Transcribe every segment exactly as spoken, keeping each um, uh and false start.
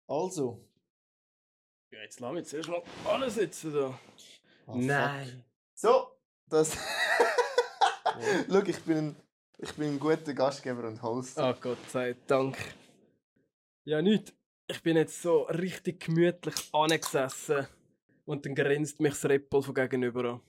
Also. Ja, jetzt lass mich zuerst mal alle sitzen da. Oh, Nein. So, das... Schau, ich bin, ein, ich bin ein guter Gastgeber und Host. Ah, Gott sei Dank. Ja, nicht. Ich bin jetzt so richtig gemütlich angesessen und dann grinst mich das Rippel von gegenüber an.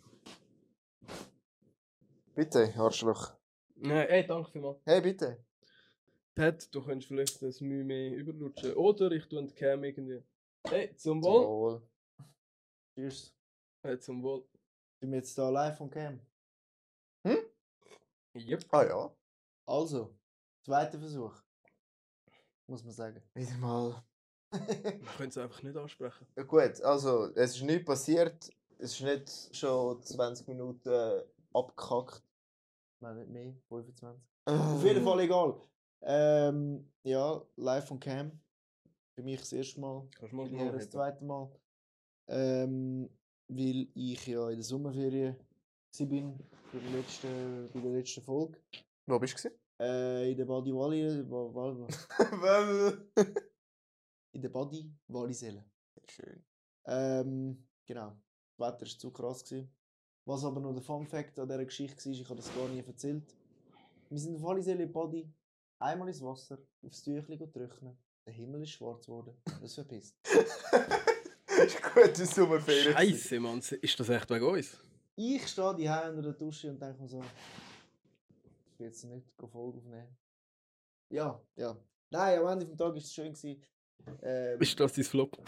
Bitte, Arschloch. Nein, ey, danke vielmals. Hey, bitte. Pat, du könntest vielleicht das Mühe mehr überlutschen. Oder ich tue die Cam irgendwie. Hey, zum Zum Wohl. Wohl. Cheers. Hey, zum Wohl. Sind wir jetzt da live on cam? Hm? Yep. Ah ja. Also, zweiter Versuch. Muss man sagen. Wieder mal. Wir können es einfach nicht ansprechen. Ja, gut, also, es ist nichts passiert. Es ist nicht schon zwanzig Minuten abgekackt. Nein, nicht mehr. fünfundzwanzig. Auf jeden Fall egal. Ähm, ja, live on cam. Für mich das erste Mal. Kannst du mal Für dich das nachheben? zweite Mal. Ähm, weil ich ja in der Sommerferien war. Für die letzte, bei der letzten Folge. Wo bist du? Äh, in der Badi Walli. Wa- Wa- Wa- in der Badi Walliselle. Schön. Ähm, genau. Das Wetter war zu krass gewesen. Was aber noch der Fun Fact an dieser Geschichte war, ich habe das gar nie erzählt. Wir sind auf Walliselle in Badi, einmal ins Wasser, aufs Tüchli trocknen. Der Himmel ist schwarz geworden. Das verpisst. Das ist gute Sommerferien. Scheiße, Mann. Ist das echt wegen uns? Ich stehe die unter der Dusche und denke mir so, ich will jetzt nicht Folge aufnehmen. Ja, ja. Nein, am Ende des Tages war es schön gewesen. Ähm, Ist das dein Flop?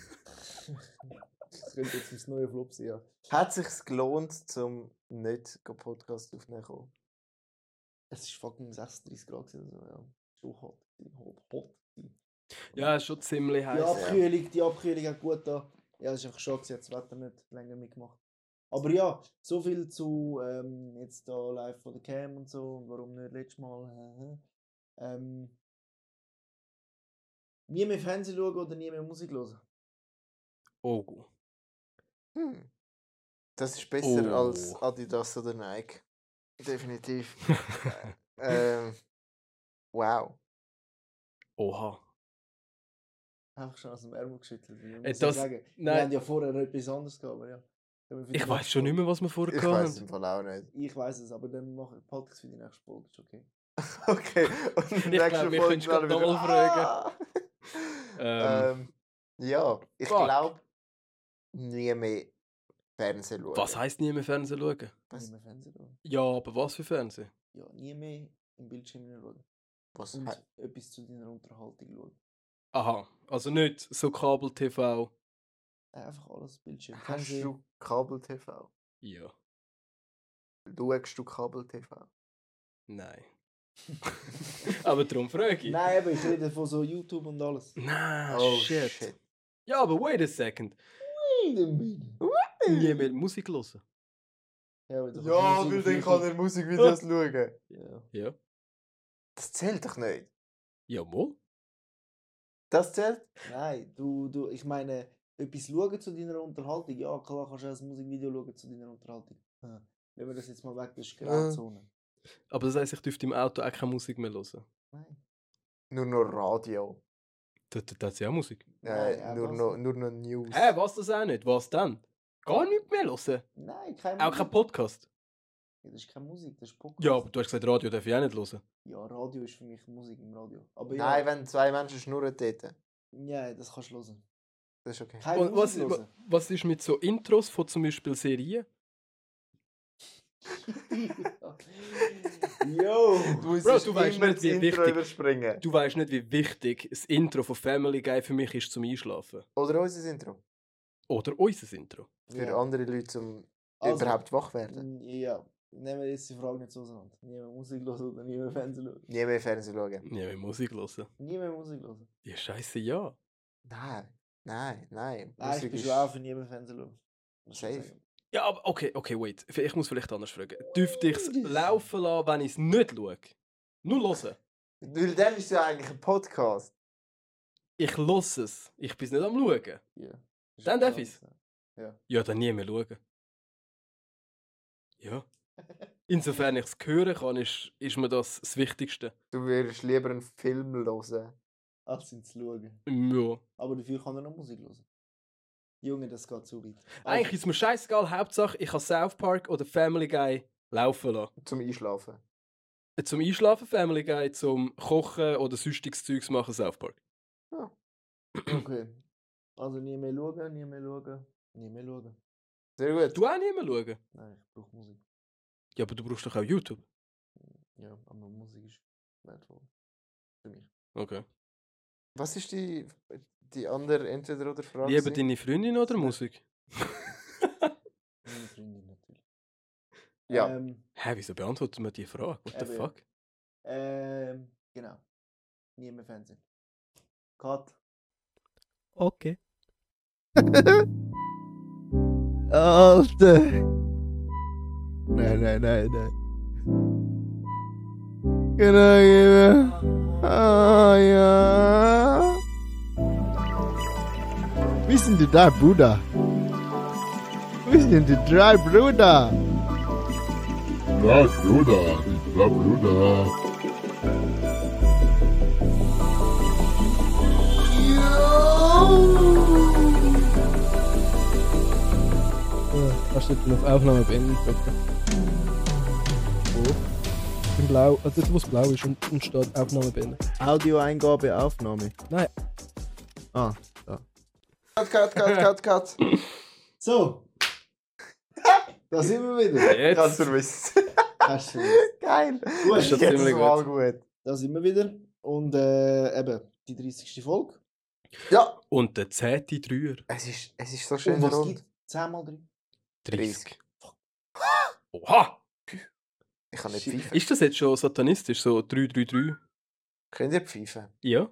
Das könnte jetzt mein neuer Flop sein, ja. Hat es sich gelohnt, zum nicht Podcast aufnehmen zu kommen? Es war fucking sechsunddreißig Grad, also ja. Schon hot. Hot, hot. Ja, ist schon ziemlich Die heiß. Abkühlung, die Abkühlung hat gut da. Ja, es ist einfach schade, sie hat das Wetter nicht länger mitgemacht. Aber ja, so viel zu ähm, jetzt da live von der Cam und so und warum nicht letztes Mal. Ähm, nie mehr Fernsehen schauen oder nie mehr Musik hören? Oh. Hm. Das ist besser Oh. als Adidas oder Nike. Definitiv. ähm, wow. Oha. Einfach schon aus dem Ärmel geschüttelt. Ich muss Ey, ja das- sagen, wir nein. haben ja vorher etwas anderes gehabt, aber ja. Ich weiß schon nicht mehr, was wir vorher Ich gehabt weiß haben. im Fall auch nicht. Ich weiß es, aber dann mache ich Podcast für die nächste Folge, ist okay. okay, und die Ich nächste glaube, wir Folge können es gerade wieder- nochmal fragen. Ah! Ähm, Ähm, ja, ich fuck. glaube, nie mehr Fernsehen schauen. Was heisst nie mehr Fernsehen schauen? Was? Nie mehr Fernsehen schauen? Ja, aber was für Fernsehen? Ja, nie mehr im Bildschirm schauen. Was? Und he- etwas zu deiner Unterhaltung schauen. Aha, also nicht so Kabel-T V. Äh, Einfach alles Bildschirm. Hast Fernsehen. du Kabel-T V? Ja, Schaust du Kabel-T V? nein. Aber darum frage ich. Nein, aber ich rede von so YouTube und alles. Nein, Oh, shit. shit. Ja, aber wait a second. Wait a minute. Nie mehr Musik hören. Ja, weil du Ja, kannst weil Musik dann auf kann YouTube- er Musikvideos schauen. Ja. Ja. Das zählt doch nicht. Jawohl. Das zählt? Nein, du, du, ich meine, etwas schauen zu deiner Unterhaltung. Ja, klar kannst du auch ein Musikvideo schauen zu deiner Unterhaltung. Ja. Wenn wir das jetzt mal weg, das ist Grauzone. Aber das heisst, ich dürfte im Auto auch keine Musik mehr hören. Nein. Nur noch Radio. Da, da, da hat ja auch Musik. Äh, Nein, auch nur, das noch, nicht. nur noch News. Hä, was das auch nicht? Was dann? Gar nichts mehr hören? Nein, kein Auch kein Podcast? Ja, das ist keine Musik, das ist Podcast. Ja, aber du hast gesagt, Radio darf ich auch nicht hören. Ja, Radio ist für mich Musik im Radio. Aber ja, Nein, wenn zwei Menschen schnurren dort. ja, das kannst du hören. Das ist okay. Keine Und was, Musik wa- hören. was ist mit so Intros von zum Beispiel Serien? Yo! Du musst Bro, du weißt immer nicht, das wie Intro wichtig- überspringen. Du weißt nicht, wie wichtig das Intro von Family Guy für mich ist zum Einschlafen. Oder unser Intro. Oder unser Intro. Für Ja. andere Leute, um Also, überhaupt wach werden. Mm, Ja, nehmen wir jetzt die Frage nicht so auseinander. Nie mehr Musik hören oder nie mehr Fernsehen schauen. Nie mehr Fernsehen schauen. Ja, mit Musik hören. Nie mehr Musik hören. Ja, scheiße, ja. Nein, nein, nein. Nein, ich bin schon auch für nie mehr Fernsehen schauen. Muss ich Safe. sagen. Ja, aber okay, okay, wait. Ich muss vielleicht anders fragen. Dürfte ich es laufen lassen, wenn ich es nicht schaue? Nur hören. Weil dann ist ja eigentlich ein Podcast. Ich höre es. Ich bin nicht am Schauen. Ja. Das ist Dann etwas darf ich's. anderes, Ja. Ja, dann nie mehr schauen. Ja. Insofern ich es hören kann, ist, ist mir das das Wichtigste. Du würdest lieber einen Film hören. als ihn zu schauen. Ja. Aber dafür kann er noch Musik hören. Junge, das geht zu weit. Eigentlich ist mir scheißegal, Hauptsache ich kann South Park oder Family Guy laufen lassen. Zum Einschlafen. Zum Einschlafen Family Guy, zum Kochen oder sonstiges Zeugs machen South Park. Okay. Also nie mehr schauen, nie mehr schauen, nie mehr schauen. Sehr gut. Du auch nicht mehr schauen? Nein, ich brauche Musik. Ja, aber du brauchst doch auch YouTube. Ja, aber Musik ist wertvoll. Für mich. Okay. Was ist die, die andere Entweder-oder-Frage? Lieber gewesen? deine Freundin oder Musik? Meine Freundin natürlich. Ja. Ähm, Hä, wieso beantwortet man die Frage? What the Eben. fuck? ähm, genau. Nie mehr Fernsehen. Cut. Okay. Alter! Nein, nein, nein, nein. Genau, genau. Ah, ja. Wir sind die drei Brüder. Wir sind die drei Brüder. Drei Brüder, die drei Brüder. Kannst du jetzt auf Aufnahme beenden drücken? Wo? Im Blau, also dort wo es blau ist und, und steht Aufnahme beenden. Audioeingabe, Aufnahme. Nein. Ah. Cut, cut, cut, cut, cut. So. Da sind wir wieder. Kannst Jetzt. du wissen. Hast du vermisst. Geil. Gut, ist schon Jetzt ziemlich mal gut. gut. Da sind wir wieder. Und äh, eben, die dreißigste Folge. Ja. Und der zehnte Dreier. Es ist, es ist so schön Und was rund. gibt zehn mal drei? dreißig. Oha! Ich kann nicht Shit. pfeifen. Ist das jetzt schon satanistisch, so drei drei drei? Könnt ihr pfeifen? Ja.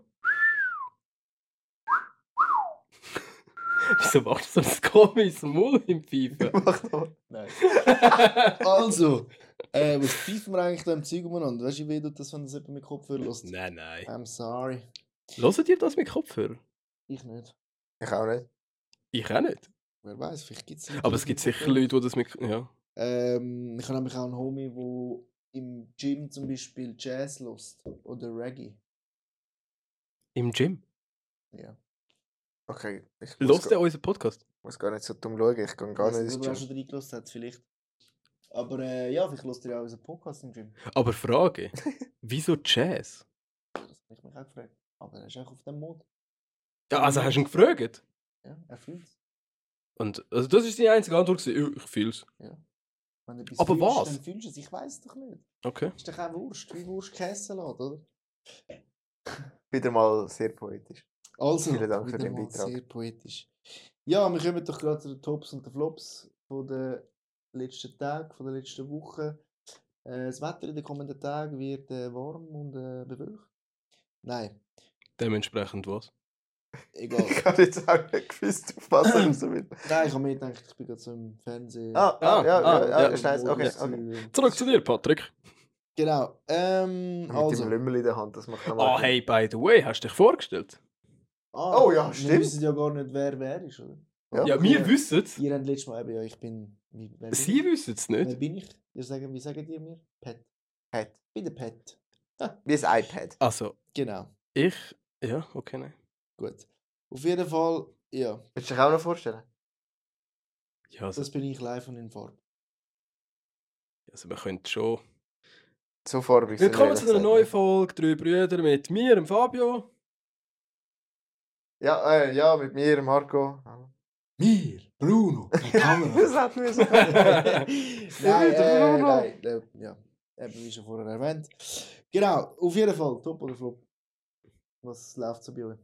Wieso machst du so ein komisches Maul im Pfeifen? Mach doch. Nein. Also, äh, was pfeifen wir eigentlich da im Zeug umeinander? Weißt du, wie du das, wenn das jemand mit Kopfhörer lässt? Nein, nein. I'm sorry. Hört ihr das mit Kopfhörer? Ich nicht. Ich auch nicht. Ich auch nicht. Wer weiß, vielleicht gibt es. Aber es gibt sicher Leute, die das mit. Ja. Ähm, ich habe nämlich auch einen Homie, der im Gym zum Beispiel Jazz lässt. Oder Reggae. Im Gym. Ja. Okay. Ich muss, Hörst gar, du unseren Podcast? muss gar nicht so dumm schauen. Ich kann gar nicht Ich ins weiß nicht, ob er auch Gym. schon reingelassen hat, vielleicht. Aber äh, ja, vielleicht lässt ihr ja auch unseren Podcast im Gym. Aber Frage: Wieso Jazz? Das habe ich mich auch gefragt. Aber er ist auch auf dem Mod. Ja, also hast du ihn gefragt? Ja, er fühlt es. Und also das ist die einzige Antwort. gewesen. Ja, ich fühl's. Wenn du etwas Aber fühlst, was? dann fühlst du es. Ich weiß es doch nicht. Okay. Ist doch auch Wurst, wie Wurst Kesselat, oder? Wieder mal sehr poetisch. Also, Vielen Dank für wieder den mal Beitrag. sehr poetisch. Ja, wir kommen doch gerade zu den Tops und den Flops von den letzten Tagen, von der letzten Woche. Äh, das Wetter in den kommenden Tagen wird äh, warm und äh, bewölkt. Nein, Dementsprechend was? egal. Ich habe jetzt auch nicht gewusst, auf was er raus will. Nein, ich habe mir gedacht, ich bin gerade so im Fernsehen. Ah, ah, Ah, ja, ah, ja, ja, ja. schnell. Okay, Modus, okay. äh, Zurück zu dir, Patrick. Genau. Ähm, Mit also. dem Lümmel in der Hand, das macht er Ah, hey, by the way, hast du dich vorgestellt? Ah, Oh ja, Wir stimmt. wissen ja gar nicht, wer wer ist, oder? Ja. Ja, wir wissen es. Ihr habt letztes Mal eben, ja, ich bin. Wie, wer bin Sie ich? wissen es Wer nicht. bin ich? Ihr sagen, wie sagt ihr mir? Pet. Pet. Ich bin der Pet. Wie ein iPad. Also, Genau. ich. Ja, okay, nein. Gut. Auf jeden Fall, ja, Willst du dich auch noch vorstellen? Ja, also, das bin ich live und in Farbe. also wir können schon. So farbig. Willkommen zu einer neuen Folge Drei Brüder mit mir, dem Fabio. Ja, äh, ja, mit mir, Marco. Mir, Bruno, die Kamera. Das hat mir so. nein, der äh, Bruno. nein, äh, ja, eben wie schon vorher erwähnt. Genau, auf jeden Fall, Top oder Flop? Was läuft so bei euch?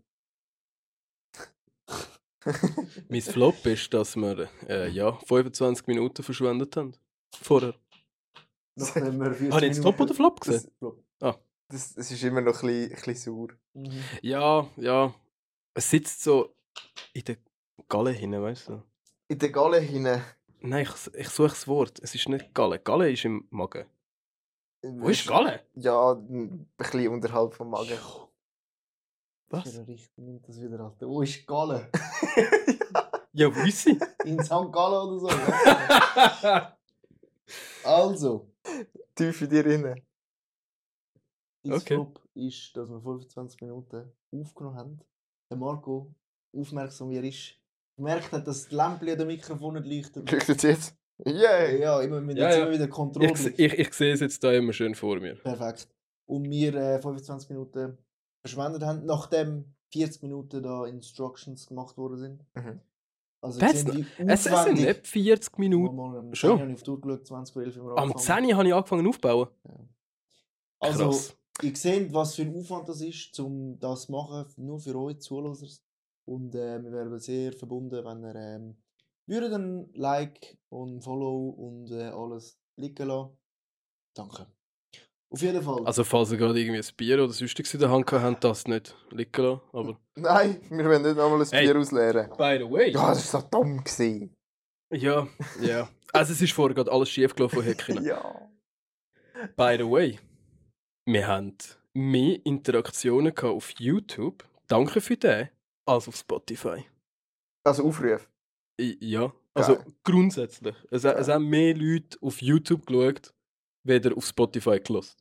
Mein Flop ist, dass wir äh, ja, fünfundzwanzig Minuten verschwendet haben. Vorher. Nachdem wir vierzig Habe ich jetzt Top oder Flop gesehen? Das, Flop. Das, das ist immer noch ein bisschen, ein bisschen sauer. Mhm. Ja, ja. Es sitzt so in der Galle hinein, weißt du? In der Galle hinein. Nein, ich, ich suche das Wort. Es ist nicht Galle. Galle ist im Magen. Wo ist Galle? Ja, ein bisschen unterhalb vom Magen. Was? Ja, richtig, nimmt das wieder an. Wo ist Gallen? Ja, wo ist sie? In Sankt Gallen oder so? Ja. Also, Tief in dir rein. dein Okay. Flop ist, dass wir fünfundzwanzig Minuten aufgenommen haben. Der Marco, aufmerksam wie er ist, gemerkt hat, dass die Lämpchen an dem Mikrofon nicht leuchten. Leuchtet es jetzt? Yay! Ja, immer, mit Ja, jetzt ja. immer wieder Kontrolle. Ich, se- ich, ich sehe es jetzt da immer schön vor mir. Perfekt. Und wir äh, fünfundzwanzig Minuten verschwendet haben, nachdem vierzig Minuten da Instructions gemacht worden sind. Mhm. Also Was? wir sehen, wie Es, es sind aufwendig... nicht vierzig Minuten. Mal, mal, am Schon. zehn habe ich auf die Uhr geschaut, zwanzig Uhr elf haben wir Am angefangen. zehn Uhr habe ich angefangen aufzubauen. Also, Krass. ihr seht, was für ein Aufwand das ist, um das zu machen, nur für euch Zuhörer. Und äh, wir wären sehr verbunden, wenn ihr ähm, würdet ein Like und Follow und äh, alles liegen lassen. Danke. Auf jeden Fall. Also falls ihr gerade irgendwie ein Bier oder sonstiges in der Hand gehabt habt, das nicht liegen lassen. Aber... Nein, wir wollen nicht nochmal ein Hey. Bier ausleeren. By the way. Ja, das war so dumm. Gewesen. Ja, ja. Also es ist vorher gerade alles schief gelaufen, Hecken. Ja. By the way, wir haben mehr Interaktionen gehabt auf YouTube, danke für den, als auf Spotify. Also Aufruf. I, ja, also Geil. grundsätzlich. Es, Geil. es haben mehr Leute auf YouTube geschaut, weder auf Spotify gelassen.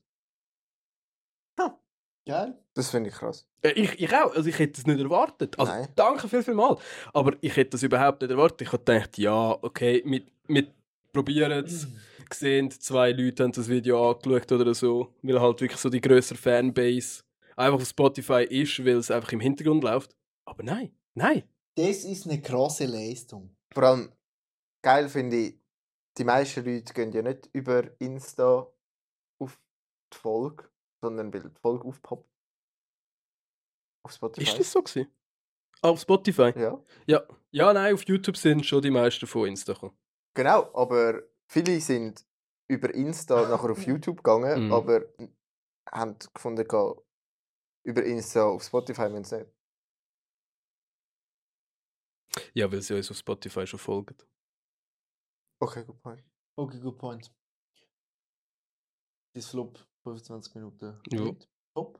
Geil. Das finde ich krass. Äh, Ich, ich auch, also ich hätte es nicht erwartet. Also Nein. danke viel, viel mal. Aber ich hätte das überhaupt nicht erwartet. Ich habe gedacht, ja, okay, wir, wir probieren es. Gesehen, zwei Leute haben das Video angeschaut oder so, weil halt wirklich so die grössere Fanbase einfach auf Spotify ist, weil es einfach im Hintergrund läuft. Aber nein, nein. Das ist eine krasse Leistung. Vor allem geil finde ich, die meisten Leute gehen ja nicht über Insta auf die Folge, sondern weil die Folge aufpoppt. Auf Spotify. Ist das so gewesen? Ah, auf Spotify? Ja. Ja. Ja, nein, auf YouTube sind schon die meisten von Insta gekommen. Genau, aber viele sind über Insta nachher auf YouTube gegangen, Mhm. aber haben gefunden, gehabt, über Insta auf Spotify müssen sie nicht. Ja, weil sie uns auf Spotify schon folgen. Okay, gut point. Okay, good point. Das Flop fünfundzwanzig Minuten. Ja. Mit Top.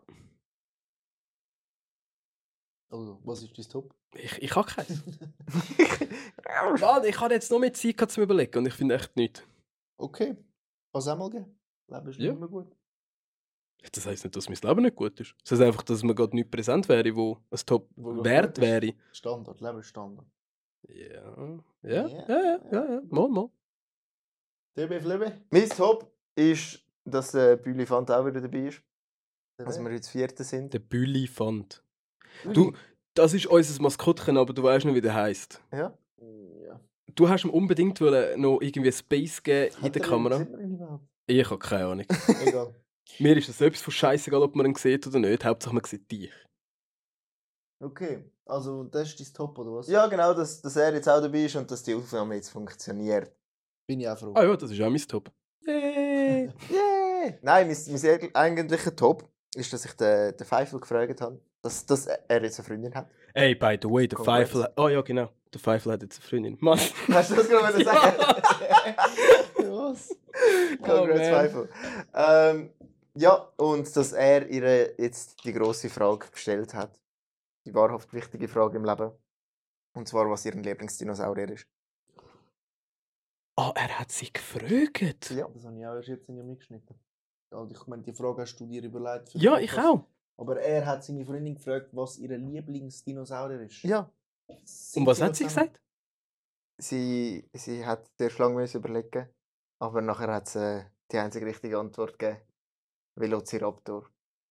Also, was ist dein Top? Ich, ich habe keinen. Mann, ich habe jetzt noch mehr Zeit gehabt, zum Überlegen und ich finde echt nichts. Okay. Kann es auch mal geben. Leben ist Ja. nicht immer gut. Das heisst nicht, dass mein Leben nicht gut ist. Das heisst einfach, dass mir gerade nicht präsent wäre, wo ein Top Wo gerade wert gut ist. wäre. Standard, Leben ist Standard. Ja. Ja, Ja, ja, ja, ja, ja. Mal, mal. D B Flebe? Mein Top ist, dass äh, Büli Fant auch wieder dabei ist. Dass wir jetzt Vierte sind. Der Büllifant. Du, das ist unser Maskottchen, aber du weißt nicht, wie der heisst. Ja. Ja. Du hast ihm unbedingt wollen noch irgendwie Space geben in Hat der er- Kamera. sieht man ihn überhaupt? Ich habe keine Ahnung. Egal. Mir ist es selbst von scheißegal, ob man ihn sieht oder nicht. Hauptsache man sieht dich. Okay, also das ist dein Top, oder was? Ja, genau, dass, dass er jetzt auch dabei ist und dass die Aufnahme jetzt funktioniert. Bin ich auch froh. Ah ja, das ist auch mein Top. Yay! Yeah! Nein, mein, mein eigentlicher Top ist, dass ich den, den Pfeifel gefragt habe, dass, dass er jetzt eine Freundin hat. Ey, by the way, der Congrats. Pfeifel... Oh ja, genau. Der Pfeifel hat jetzt eine Freundin. Mann. Hast du das gerade Ja. sagen? Was? Congrats, man. Pfeifel. Ähm, ja, und dass er ihr jetzt die grosse Frage gestellt hat. Die wahrhaft wichtige Frage im Leben. Und zwar, was ihr Lieblingsdinosaurier ist. Ah, er hat sie gefragt. Ja. Das habe ich auch erst jetzt in mitgeschnitten. Also ich meine, die Frage hast du dir überlegt. für den Ja, ich Podcast. auch. Aber er hat seine Freundin gefragt, was ihr Lieblingsdinosaurier ist. Ja. Sind Und was sie hat sie zusammen? gesagt? Sie, sie hat sehr lange müssen überlegen, aber nachher hat sie äh, die einzige richtige Antwort gegeben. Velociraptor.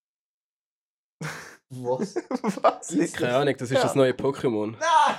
Was? Was? Ist Keine Ahnung, das ist Ja. das neue Pokémon.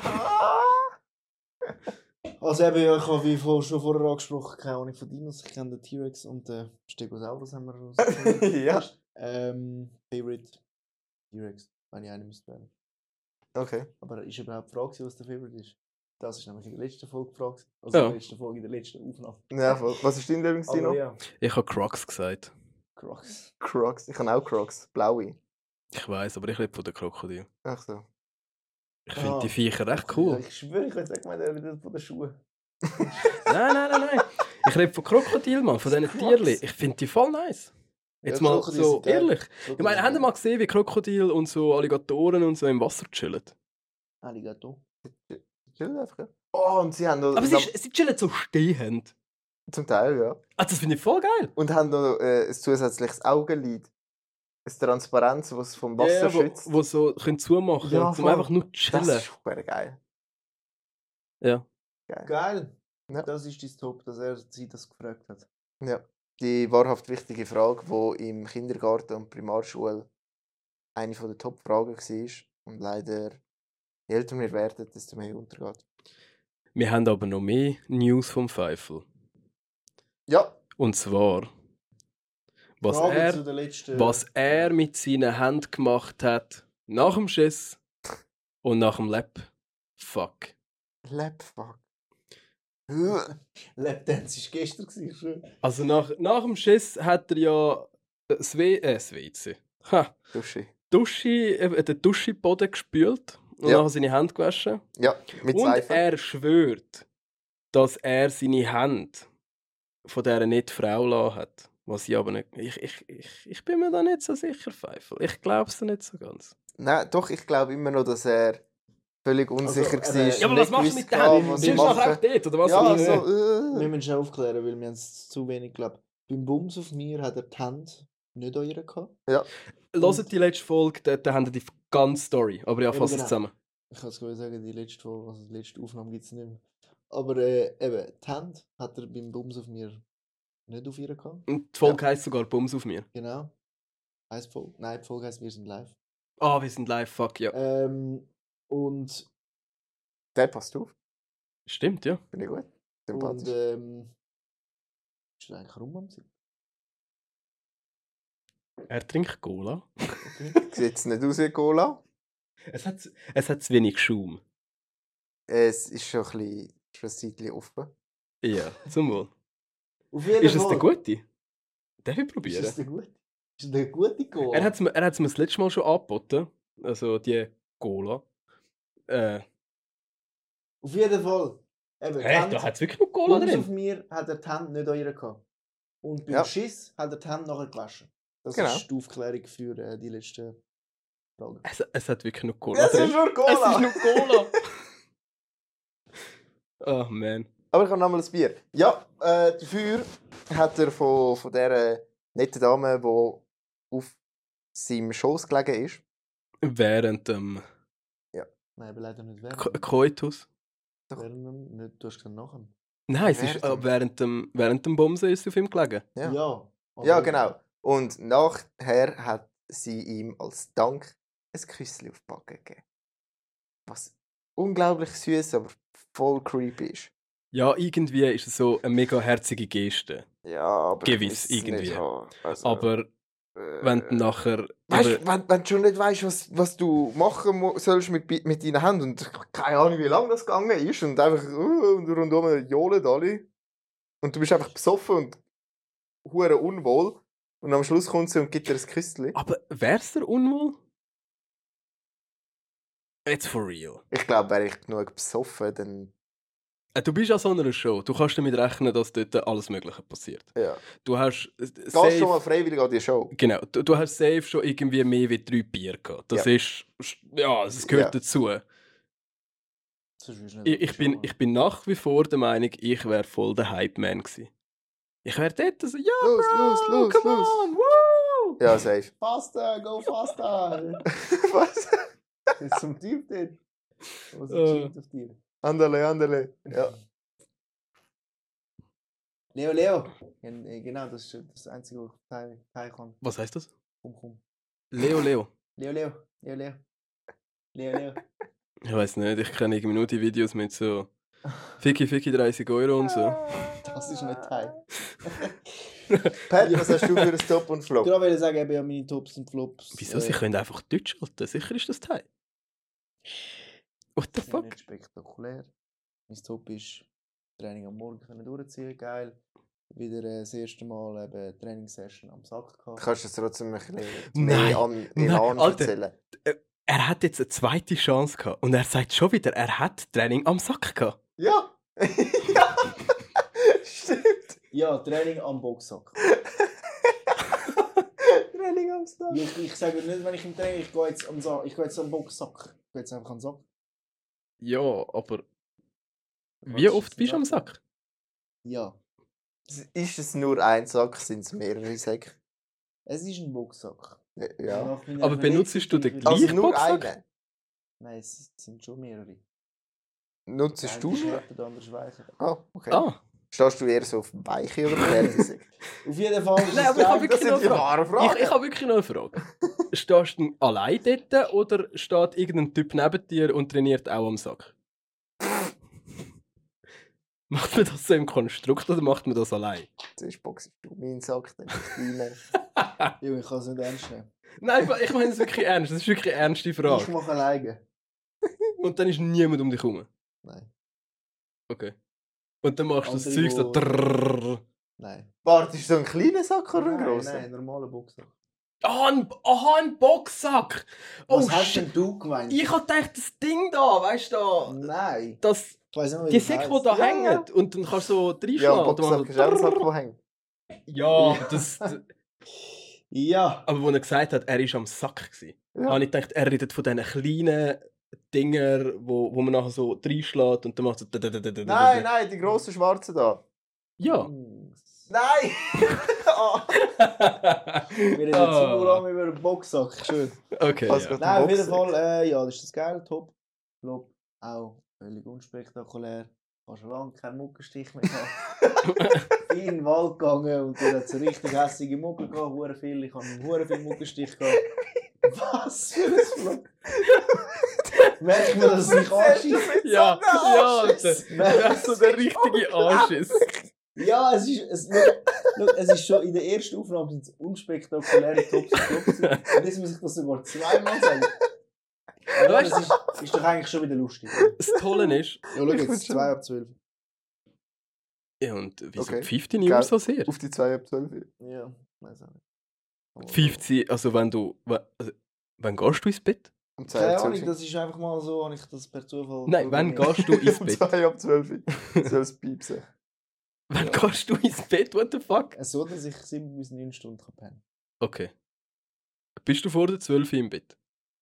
Also eben, ja, ich habe wie vor, schon vorher angesprochen, keine Ahnung von Dinos. Ich kenne den T-Rex und den Stegosaurus haben wir schon. Ja. ähm, Favorite T-Rex, wenn ich einen müsste wählen. Okay. Aber ist überhaupt die Frage, gewesen, was der Favorite ist? Das ist nämlich in der letzten Folge gefragt. Also Ja. in der letzten Folge, in der letzten Aufnahme. Ja, voll. Was ist dein Lieblingsdino? Aber ja, Ich habe Crocs gesagt. Crocs. Crocs. Ich habe auch Crocs. Blaue. Ich weiß, aber ich lebe von den Krokodil. Ach so. Ich finde Ah. die Viecher recht Ja, cool. ich schwöre, ich würde sagen, der wieder von den Schuhen. Nein, nein, nein, nein. Ich lebe von Krokodil, Mann, von diesen Crocs. Tierli. Ich finde die voll nice. Jetzt Ja, mal Krokodile so sind geil. ehrlich. Ich meine, habt ihr mal gesehen, wie Krokodil und so Alligatoren und so im Wasser chillen? Alligator. Chillen einfach, ja. Oh, und sie haben noch... Aber sie, sie chillen so stehend. Zum Teil, ja. Ah, das finde ich voll geil. Und haben noch äh, ein zusätzliches Augenlid. ein Transparenz, das es vom Ja, Wasser ja, wo, schützt. wo so können zumachen Ja, können, um voll. einfach nur Das chillen. ist super geil. Ja. geil. Geil. Ja. Das ist dein Top, dass er sie das gefragt hat. Ja. Die wahrhaft wichtige Frage, die im Kindergarten und Primarschule eine der Top-Fragen war. Und leider, je älter wir werden, desto mehr untergeht. Wir haben aber noch mehr News vom Pfeifel. Ja, Und zwar, was Frage er, zu der letzten... was er mit seinen Händen gemacht hat, nach dem Schiss und nach dem Lab. Fuck. Lapfuck. Lapdance war gestern, gewesen, schön. Also nach, nach dem Schiss hat er ja das, w äh, das W C. Ha. Dusche. Dusche, äh, den Duschboden gespült und Ja. nachher seine Hände gewaschen. Ja, mit Und Seife. er schwört, dass er seine Hände von dieser nicht Frau lassen hat. Was ich aber nicht. Ich, ich, ich, ich bin mir da nicht so sicher, Pfeifel. Ich glaube es nicht so ganz. Nein, doch, ich glaube immer noch, dass er völlig unsicher Also, war. äh, Ja, aber was machst du mit den denen? Was Sind Sind ich du nachher mache. auch dort, oder was? Ja, Oder- so, Wir äh. müssen schnell aufklären, weil wir haben es zu wenig geglaubt. Beim Bums auf mir hat er die Hände nicht an ihr gehabt. Hört die letzte Folge, da, da haben die die ganze Story. Aber ja, Eben fass es genau. zusammen. Ich kann es gerade sagen, die letzte Folge, also die letzte Aufnahme gibt es nicht mehr. Aber äh, eben, die Hände hat er beim Bums auf mir nicht auf ihr gehabt. Und die Folge heisst sogar Bums auf mir. Genau. Heißt Folge? Nein, die Folge heisst Wir sind live. Ah, wir sind live, fuck, ja. Ähm, und Der passt auf. Stimmt, ja. Finde ich gut. und Sympathisch. ähm, ist er eigentlich rum am Sein? Er trinkt Cola. Okay. Sieht es nicht aus wie Cola? Es hat, es hat zu wenig Schaum. Es ist schon ein bisschen, schon ein Zeitchen offen. Ja, zum Wohl. Auf jeden Ist es Fall. der gute? Darf ich Ist probieren? es der gute? Ist es der gute Cola? Er hat es mir, er hat's mir das letzte Mal schon angeboten. Also die Cola. Äh, Auf jeden Fall. Eben, die hä, Hände- da hat es wirklich noch Cola Bums auf drin. mir hat er die Hände nicht an ihr gehabt. Und beim Ja. Schiss hat er die Hände nachher gewaschen. Das Genau. ist die Aufklärung für äh, die letzte Frage. Es, es hat wirklich noch Cola Das drin. ist nur Es ist Cola! noch Cola. Oh man. Aber ich habe nochmal ein Bier. Ja, äh, dafür hat er von, von dieser netten Dame, die auf seinem Schoß gelegen ist. Während dem Nein, aber leider nicht Ko während. Koitus. Doch. Während dem, nicht, du hast gesagt nachher. Nein, es ist, Während äh, dem- während dem, während dem Bumsen ist sie auf ihm gelegen. Ja. Ja. aber- Ja, genau. Und nachher hat sie ihm als Dank ein Küsschen auf die Backe gegeben. Was unglaublich süß, aber voll creepy ist. Ja, irgendwie ist es so eine mega herzige Geste. Ja, aber Gewiss, ich will's irgendwie. nicht haben. Also, Aber äh, wenn du nachher... Weißt, eben- wenn, wenn du schon nicht weißt, was, was du machen mu- sollst mit, mit deinen Händen und keine Ahnung, wie lange das gegangen ist und einfach uh, und rundum johlen alle und du bist einfach besoffen und hure unwohl und am Schluss kommt sie und gibt dir ein Küsschen. Aber wär's der unwohl? Jetzt for real. Ich glaube, wäre ich genug besoffen, dann Äh, Du bist an so einer Show. Du kannst damit rechnen, dass dort alles Mögliche passiert. ja. Du hast äh, Gehst safe, schon mal freiwillig an die Show. genau, du, du hast safe schon irgendwie mehr wie drei Bier gehabt. Das Ja. ist... Ja, es gehört Ja. dazu. Sonst wirst du nicht Ich, auf die ich, bin, Show ich bin nach wie vor der Meinung, ich wäre voll der Hype-Man gewesen. Ich wäre dort so, ja, Los, Bro, los, los, come los. on, woo! Ja, safe. Faster, go faster! Was? Jetzt zum Typ dort. Was Äh. ist auf dir? Andale, andale. Ja. Leo, Leo! Ja, äh, genau, das ist das Einzige, was ich teilen teilen kann. Was heißt das? Komm, komm. Leo, Leo. Leo, Leo, Leo, Leo. Leo, Leo. Ich weiß nicht, ich kenne irgendwie nur die Videos mit so Ficky, Ficky, dreißig Euro und so. Das ist nicht Teil. Pat, was hast du für ein Top und Ich Flop? wollte gerade sagen, eben ja meine Tops und Flops. Wieso? Sie können einfach Deutsch halten. Sicher ist das Teil. What the sind fuck? nicht spektakulär. Mein Top ist Training am Morgen können durchziehen, geil. Wieder äh, das erste Mal eben Trainingssession am Sack gehabt. Kannst du es trotzdem ein bisschen Nein, mehr an Elan nein, Alter. erzählen? Er hat jetzt eine zweite Chance gehabt und er sagt schon wieder, er hat Training am Sack gehabt. Ja! Ja! Stimmt! Ja, Training am Boxsack. Training am Start. Ich, ich sage nicht, wenn ich im Training, ich gehe jetzt am, Sa ich gehe jetzt am Boxsack. Ich gehe jetzt einfach am Sack. Ja, aber wie Kannst oft du bist du am sagen? Sack? Ja. Ist es nur ein Sack, sind es mehrere Säcke? Es ist ein Boxsack. Ja. Nach meiner Aber benutzt Verletzung du den bin ich wieder- Also Gleich nur Boxsack? einen. Nein, es sind schon mehrere. Nutzt Der du eine ist nur? härter, der andere ist weicher. Ah, okay. Ah. Stehst du eher so auf Weiche oder Fernsehen? Auf jeden Fall ist Nein, es aber ich habe geil. wirklich sind noch die eine wahren Frage. Fragen. Ich, ich habe wirklich noch eine Frage. Stehst du allein dort oder steht irgendein Typ neben dir und trainiert auch am Sack? Macht man das so im Konstrukt oder macht man das allein? Zuerst boxst du meinen Sack, dann deinen. Junge, ich kann es nicht ernst nehmen. Nein, ich meine es wirklich ernst. Das ist wirklich eine ernste Ich Frage. mache alleine. Und dann ist niemand um dich herum. Nein. Okay. Und dann machst du das Andere, Zeug so. wo- Trrrr. Nein. Warte, ist so ein kleiner Sack oder ein Nein, grosser? nein, normaler Boxer. Ah, ein, aha, ein Boxsack! Oh, Was hast shit. denn du gemeint? Ich hab gedacht, das Ding da, weißt du, da, Nein. das, Ich weiss nicht mehr, wie die das Säcke, die heisst. da Ja, hängen, ja. und dann kannst du so Ja, reinschlagen. ein und dann Boxsack ist auch ein Sack, machst der hängt. du- Ja, aber das, Ja. aber wo er gesagt hat, er war am Sack gewesen, Ja. habe ich gedacht, er redet von diesen kleinen Dinger, wo, wo man nachher so reinschlägt und dann macht so. Nein, nein, die grossen Schwarzen da. Ja. Hm. Nein! Ah. Wir reden Ah. zu lange über einen Boxsack. Schön. Okay. Was Ja. geht? Nein, auf jeden Boxsack. Fall, äh, ja, das ist das geil, top. Ich glaube, auch völlig unspektakulär. Ich habe schon lange keinen Muckenstich mehr gehabt. Ich bin in den Wald gegangen und dann hat es eine richtig hässliche Mucke gehabt, hure viel. Ich habe einen hure viel Muckenstich gehabt. Was für ein Flop. Merkt man, dass es mich anschießt? Ja, ja, Alter. Merkt Das ist so der richtige Anschiss. Ja, es ist, es, schau, es ist schon in der ersten Aufnahme sind es unspektakuläre Tops und Flops. Und jetzt muss ich das sogar zweimal sagen. Aber Weißt das ist, ist doch eigentlich schon wieder lustig. Das Tolle ist. Ja, schau Ich jetzt, find's schon- zwei ab zwölf. Ja, und wieso Okay. pfeift die nicht immer Geil. so sehr? Auf die zwei ab zwölf. Ja, weiß auch nicht. Aber- Pfeift sie, also wenn du. we- Also, wann gehst du ins Bett? Um zwei Keine ab Ahnung, zwölf. das ist einfach mal so, habe ich das per Zufall. Nein, wann programmiert. gehst du ins Um Bett? zwei ab zwölf. Soll es piepsen. Wann gehst du ins Bett? What the fuck? So, dass ich sieben bis neun Stunden kann pennen. Okay. Bist du vor der zwölf im Bett?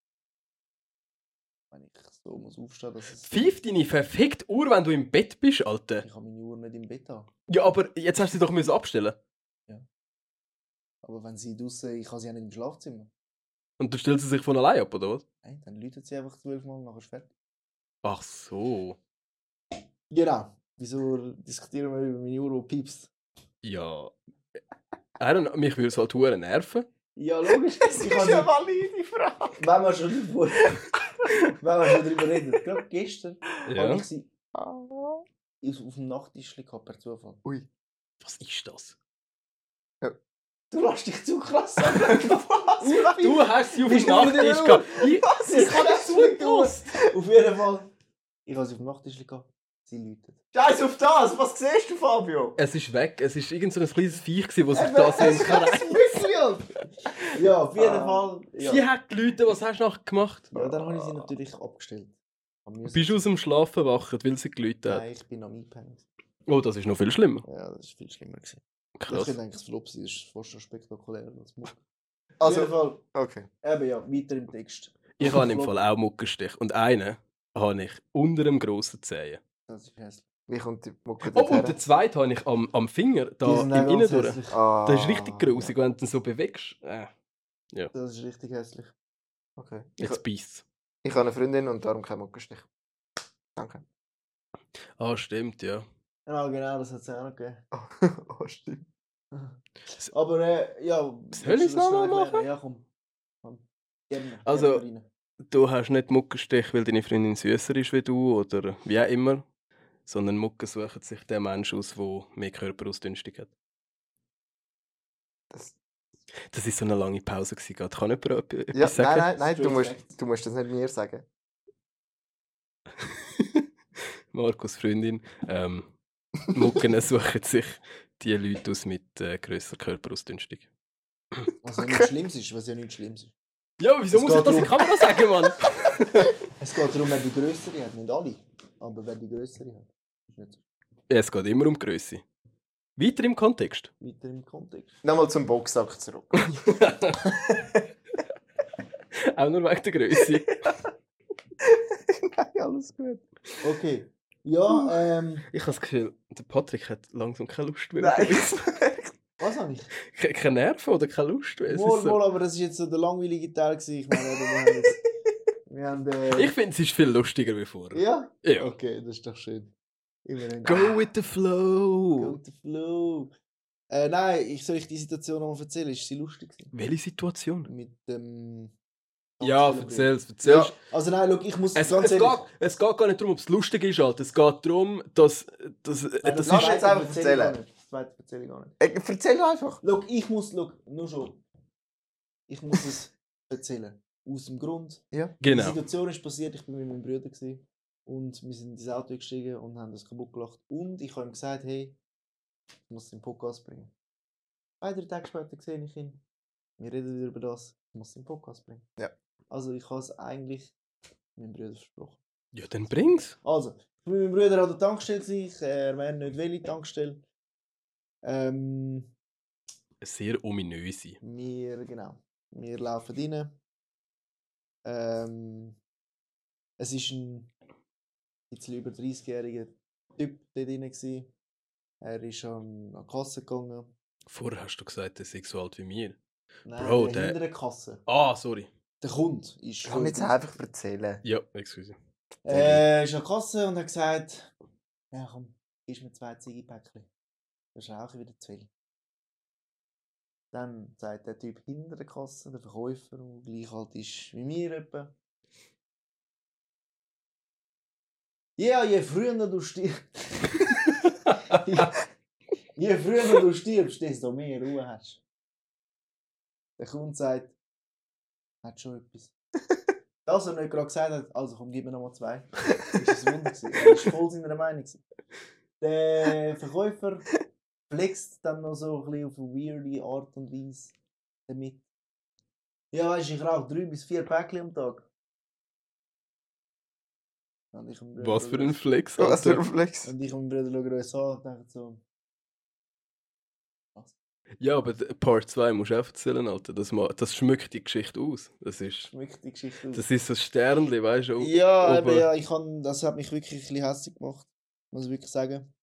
Wenn ich so muss aufstehen, dass es... Pfeift deine verfickte Uhr, wenn du im Bett bist, Alter. Ich kann meine Uhr nicht im Bett haben. Ja, aber jetzt hast du sie doch müssen abstellen. Aber wenn sie draussen, ich habe sie ja nicht im Schlafzimmer. Und dann stellt sie sich von allein ab, oder was? Nein, dann läutet sie einfach zwölfmal, nachher ist fertig. Ach so. Genau. Wieso diskutieren wir über meine Uhr, die piepst? Ja. I don't know, mich würde es halt hure nerven. Ja, logisch. Das Ich ist habe eine valide Frage. wenn wir schon drüber, wenn wir schon drüber reden. Gerade gestern Ja. habe ich sie auf, auf dem Nachttisch gehabt, per Zufall. Ui. Was ist das? Du lässt dich zu krass an. Was? Du hast sie auf dem Bist du wieder Nachttisch ruhig? gehabt. Ich, Was? ich habe das zugelassen. Auf jeden Fall. Ich habe sie auf dem Nachttisch gehabt. Sie läutet. Scheiß auf das! Was siehst du, Fabio? Es ist weg. Es ist irgend so ein kleines Viech, gewesen, das sich Eben, da so im es ist Kreis... ein Müsli, Alter. Ja, auf jeden Ah. Fall. Sie Ja. hat Leute, was hast du nachher gemacht? Ja, dann habe ich sie natürlich abgestellt. Am müssen- Bist du aus dem Schlaf erwacht, weil sie geläutet hat? Nein, ich bin am Einpennen. Oh, das ist noch viel schlimmer. Ja, das ist viel schlimmer gewesen. Ich Krass. könnte eigentlich das Flop sein, das ist fast schon spektakulär. Das Muck. Auf Also, jeden Fall, okay. eben ja, weiter im Text. Ich habe im Fall auch Muckenstich. Und einen habe ich unter dem grossen Zehen. Das ist hässlich. Wie kommt die Mucke Oh, dorthin? und den zweiten habe ich am, am Finger, Die da sind im auch ganz Innendurch. hässlich. Ah, Das ist richtig grusig, wenn du den so bewegst. Äh, Das ist richtig hässlich. Okay. Ich, jetzt beißt ich habe eine Freundin und darum kein Muckenstich. Danke. Ah, stimmt, ja. Ja, genau, das hat es auch noch gegeben. Oh, stimmt. Aber äh, ja. Soll ich's willst du das noch mal schnell erklären? machen? Ja, komm. komm. Gerne. Also- gerne rein. Du hast nicht Muckenstich, weil deine Freundin süßer ist wie du oder wie auch immer, sondern Mucke sucht sich der Mensch aus, der mehr Körperausdünstung hat. Das, Das war so eine lange Pause. Gewesen. gerade. Kann jemand etwas etwas ja, sagen? nein, nein, nein, du Straight musst, facts. du musst das nicht mir sagen. Markus Freundin. Ähm, Mucken suchen sich die Leute aus mit äh, grösser Körperausdünstung. Was ja nichts Schlimmes ist, was ja nichts Schlimmes ist. Ja, wieso Es muss ich geht das in die darum- Kamera sagen, Mann? Es geht darum, wer die größere hat. Nicht alle. Aber wer die größere hat. Ist nicht so. Ja, es geht immer um Größe. Weiter im Kontext. Weiter im Kontext. Nochmal zum Boxsack zurück. Auch nur wegen der Größe. Nein, alles gut. Okay. Ja, ähm. Ich habe das Gefühl, der Patrick hat langsam keine Lust mehr. Nein. Was? Was habe ich? Ke- Keine Nerven oder keine Lust. Es ist Wohl, so. wohl, aber das war jetzt so der langweilige Teil. Gewesen. Ich meine, eben, wir haben jetzt... Wir haben, äh, Ich finde, es ist viel lustiger wie vorher. Ja? Ja. Okay, das ist doch schön. Immerhin. Go with the flow. Go with the flow. Äh, nein, ich soll euch die Situation noch mal erzählen. Ist sie lustig gewesen? Welche Situation? Mit dem... Ja, Tankstellenbruder. erzähl's, erzähl's. Also nein, schau, ich muss Es, ganz es, ehrlich... geht, es geht gar nicht darum, ob es lustig ist, Alter. Es geht darum, dass... dass Nein, das lass ist, mich jetzt einfach Zweite erzähle ich erzählen. gar nicht. Das zweite erzähle ich gar nicht. Äh, Erzähl einfach. Schau, ich muss... Schau, nur schon. Ich muss es erzählen. Aus dem Grund... Die genau. Situation ist passiert, ich war mit meinem Bruder gewesen, und wir sind ins Auto gestiegen und haben das kaputt gelacht. Und ich habe ihm gesagt, hey, ich muss den Podcast bringen. Zwei, drei Tage später sehe ich ihn. Wir reden wieder über das. Ich muss den Podcast bringen. Ja. Also ich habe es eigentlich meinem Bruder versprochen. Ja, dann bring's. Also, ich war mit meinem Bruder an der Tankstelle, ich erwähne nicht welche Tankstelle. Ähm, Eine sehr ominöse. wir, genau, wir laufen rein. Ähm, es war ein bisschen über dreißigjähriger Typ dort drin gewesen. Er ist an an die Kasse gegangen. Vorher hast du gesagt, er sei so alt wie mir. Nein, Bro, der, der- hinter der Kasse. Ah, sorry. Der Kunde ist Kann ich jetzt einfach erzählen. Ja, excuse. Er ist an der Kasse und hat gesagt, ja komm, gib mir zwei Ziggy-Päckchen. Das rauche ich wieder zu viel. Dann sagt der Typ hinter der Kasse, der Verkäufer, der gleich alt ist wie mir etwa. Ja, je früher du stirbst. je früher du stirbst, desto mehr Ruhe hast. Der Kunde sagt, hat schon etwas. Das er nicht gerade gesagt hat, also komm, gib mir nochmal zwei. Das war ein Wunder. gewesen. Er war voll seiner Meinung. gewesen. Der Verkäufer flext dann noch so ein bisschen auf eine weirde Art und Weise damit. Ja, weißt du, ich rauche drei bis vier Päckchen am Tag. Und ich und mein Was Bruder für ein schauen- Flex, Was für Alter. ein Flex. Und ich und mein Bruder schauen uns an und denken so, Ja, aber d- Part zwei musst du auch erzählen, Alter. Das, ma- das schmückt die Geschichte aus. Das ist, schmeckt die Geschichte aus. das ist so ein Sternli, weißt du? Ja, oben. aber ja, ich kann, das hat mich wirklich ein bisschen hässlich gemacht, muss ich wirklich sagen.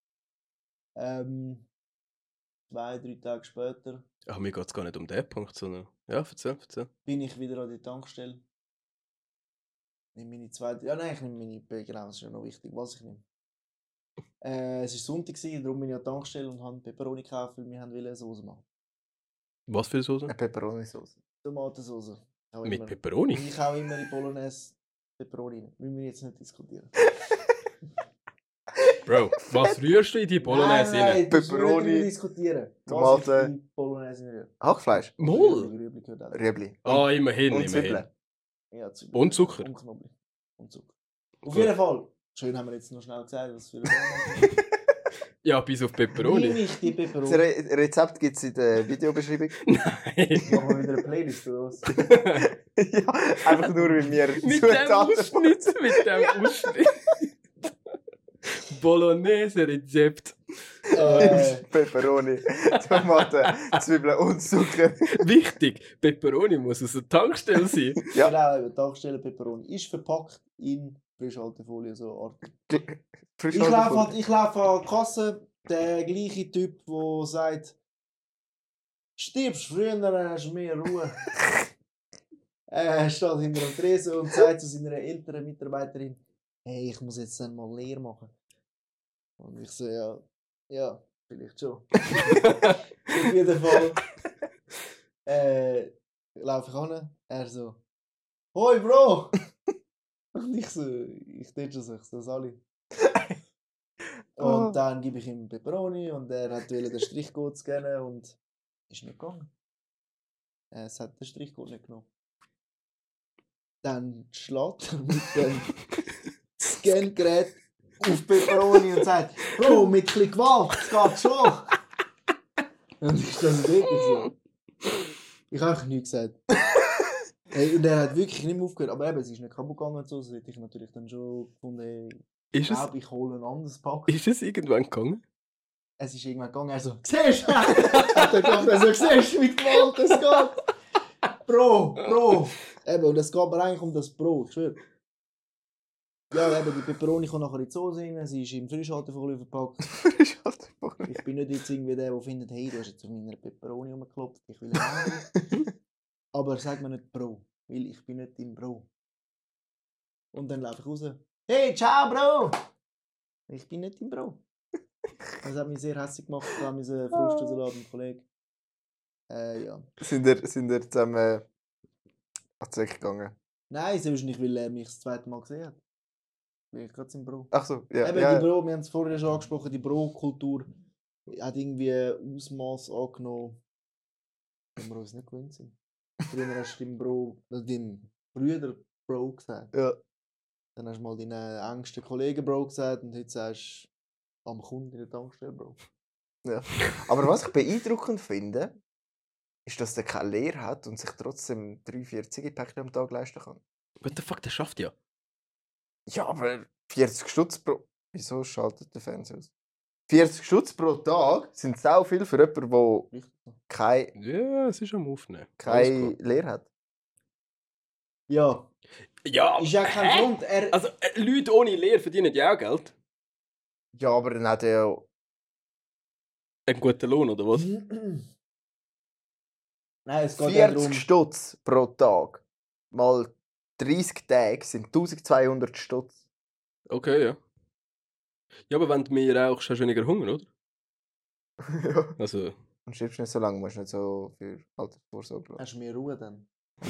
Ähm, zwei, drei Tage später Ach, mir geht es gar nicht um den Punkt, sondern... Ja, erzähl, erzähl. bin ich wieder an die Tankstelle. Nehme meine zweite. Ja, nein, ich nehme meine. Genau, das ist ja noch wichtig, was ich nehme. Äh, es war Sonntag, gewesen, darum bin ich an der Tankstelle und habe Peperoni gekauft, weil wir haben wollen eine Soße machen. Was für eine Soße? Eine Peperoni-Sauce. Tomatensauce. Ich hau Mit immer- Peperoni? Ich hau immer in Bolognese Peperoni rein. Müssen wir jetzt nicht diskutieren. Bro, was rührst du in die Bolognese nein, rein? nein, das müssen wir Peperoni, nicht diskutieren. Tomaten. Was ich in Bolognese rühre. Hackfleisch. Moll! Rüebli, Rüebli gehört auch. Rüebli. Ah, immerhin, Und immerhin. Zwiebeln. Ja, Zwiebeln. Und Zucker. Und Knoblauch. Und Zucker. Auf Gut. jeden Fall. Schön haben wir jetzt noch schnell gesagt, was für eine Ja, bis auf Nehme Peperoni. ich die Das Peperoni. Re Rezept gibt es in der Videobeschreibung. Nein. Machen wir wieder eine Playlist oder was? Ja, einfach nur, wie wir Mit dem Zutaten- Ausschnitt, mit dem Ausschnitt. Bolognese-Rezept. äh, Peperoni, Tomaten, Zwiebeln und Zucker. Wichtig, Peperoni muss aus der Tankstelle sein. Ja. Genau, eben, Tankstelle Peperoni. Ist verpackt in Frischhaltefolie, so Art. Frisch Ich laufe halt, ich laufe an die Kasse, der gleiche Typ, der sagt, stirbst früher, dann hast du mehr Ruhe. Er steht hinter dem Tresen und sagt zu seiner älteren Mitarbeiterin, hey, ich muss jetzt dann mal leer machen. Und ich so, ja, ja, vielleicht schon. Auf jeden Fall äh, laufe ich an, er so, hoi Bro! Und ich so, ich tue schon so, ich so, Sali. Und Oh. dann gebe ich ihm Peperoni und er hat wollte den Strichcode scannen und ist nicht gegangen. Es hat den Strichcode nicht genommen. Dann schlägt er mit dem Scangerät auf Peperoni und sagt, Bro, mit ein bisschen Gewalt, das geht schon. Und ich stand wirklich so. Ich habe einfach nichts gesagt. Hey, und er hat wirklich nicht mehr aufgehört. Aber eben, es ist nicht kaputt gegangen und so. Das hätte ich natürlich dann schon gefunden, hey, ich Ist es, glaube, ich hole ein anderes Pack. ist es irgendwann gegangen? Es ist irgendwann gegangen, er so, siehst du? Hat er gemacht, er so, siehst du, mit Gewalt es geht? Bro, Bro. Eben, und es geht mir eigentlich um das Bro, ich schwöre. Ja, eben, die Peperoni kommt nachher in die Soße rein, sie ist im Frischhaltefolie verpackt. Ich bin nicht jetzt irgendwie der, der findet, hey, du hast jetzt auf meiner Peperoni rumgeklopft, ich will eine andere. Aber sag mir nicht Bro, weil ich bin nicht dein Bro. Und dann laufe ich raus. Hey, ciao Bro! Ich bin nicht dein Bro. Das hat mich sehr hässlich gemacht, da haben wir Frustensalat mit einem Kollegen. Äh, ja. Sind ihr, sind ihr zusammen äh, an die Säcke gegangen? Nein, selbst nicht, weil er mich das zweite Mal gesehen hat. Weil ich gerade sein Bro. Ach so, ja. Eben, ja. die Bro, wir haben es vorher schon angesprochen, die Bro-Kultur hat irgendwie Ausmaß angenommen, wenn wir uns nicht gewöhnt sind. Früher hast du deinem Bro, also deinem Brüder Bro gesagt. Ja. Dann hast du mal deinen engsten Kollegen Bro gesagt und heute sagst du am Kunden in der Tankstelle Bro. Ja. Aber was ich beeindruckend finde, ist, dass der keine Lehre hat und sich trotzdem drei, vier Ziggy-Päckchen am Tag leisten kann. What the fuck, der schafft ja. Ja, aber vierzig Stutz pro... Wieso schaltet der Fernseher aus? vierzig Stutz pro Tag sind sau viel für jemanden, der Richtig so. keine, Ja, es ist am Aufnehmen. keine Lehre hat. Ja, Ja, ist ja kein hä? Grund. Er, Also, äh, Leute ohne Lehre verdienen ja auch Geld. Ja, aber dann hat er ja... Einen guten Lohn, oder was? Nein, es geht ja darum. vierzig Stutz pro Tag mal dreißig Tage sind eintausendzweihundert Stutz. Okay, ja. Ja, aber wenn du mehr rauchst, hast du weniger Hunger, oder? Ja. Also, Und stirbst nicht so lange, musst nicht so für Altersvorsorge schauen. Hast du mehr Ruhe dann?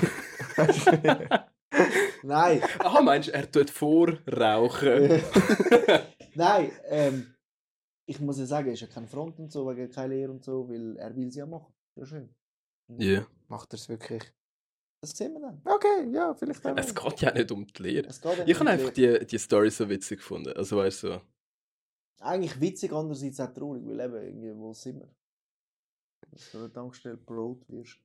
Nein. aha, meinst du, er tut vorrauchen? Nein, ähm, ich muss ja sagen, er ist ja kein Front und so, wegen keine Lehre und so, weil er will sie ja machen. Ja, schön. Ja. Macht er es wirklich? Das sehen wir dann. Okay, ja, vielleicht auch. Es geht ja nicht um die Lehre. Es geht ja Ich nicht habe um einfach Lehre. die, die Story so witzig gefunden. Also, weißt du, so. Eigentlich witzig, andererseits auch traurig, weil eben, irgendwie, wo sind wir? Dass du an der Tankstelle Brot wirst.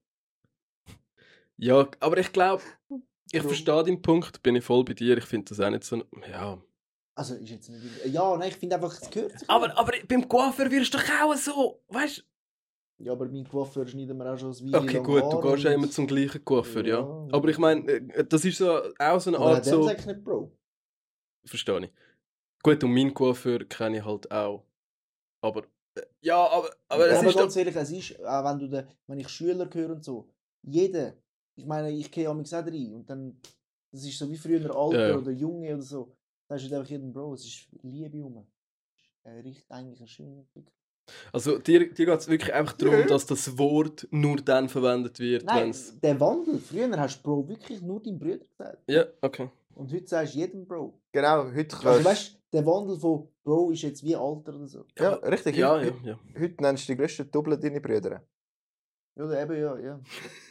Ja, aber ich glaube, ich Bro. verstehe deinen Punkt, bin ich voll bei dir. Ich finde das auch nicht so. Ja. Also, ist jetzt nicht... Ja, nein, ich finde einfach, es gehört sich. Aber, aber beim Coiffeur wirst du doch auch so, weißt du? Ja, aber mein Coiffeur schneidet mir auch schon das Video Okay, lang gut, Haar du gehst ja und- immer zum gleichen Coiffeur, ja. Ja. Aber ich meine, äh, das ist so auch so eine Aber Art hat der so. sagt nicht Bro. Verstehe ich. Gut, und meinen Coiffeur kenne ich halt auch. Aber, äh, ja, aber, aber Ja, es aber ist ganz doch... ehrlich, es ist, auch wenn, du de, wenn ich Schüler höre und so, jeder, ich meine, ich gehe amigs auch rein und dann, das ist so wie früher Alter Ja, ja. oder Junge oder so, da ist halt einfach jeden Bro, es ist Liebe rum. Äh, richtig, eigentlich eine schöne Entwicklung. Also, dir, dir geht es wirklich einfach darum, dass das Wort nur dann verwendet wird, Nein, wenn's... der Wandel, früher hast du Bro wirklich nur deinem Bruder gesagt. Ja, okay. Und heute sagst du jedem Bro. Genau, heute Also kannst weißt du, der Wandel von Bro ist jetzt wie Alter oder so. Ja, richtig. Ja, heute, ja, ja. heute nennst du die grössten Double deine Brüder. Oder eben, ja, ja.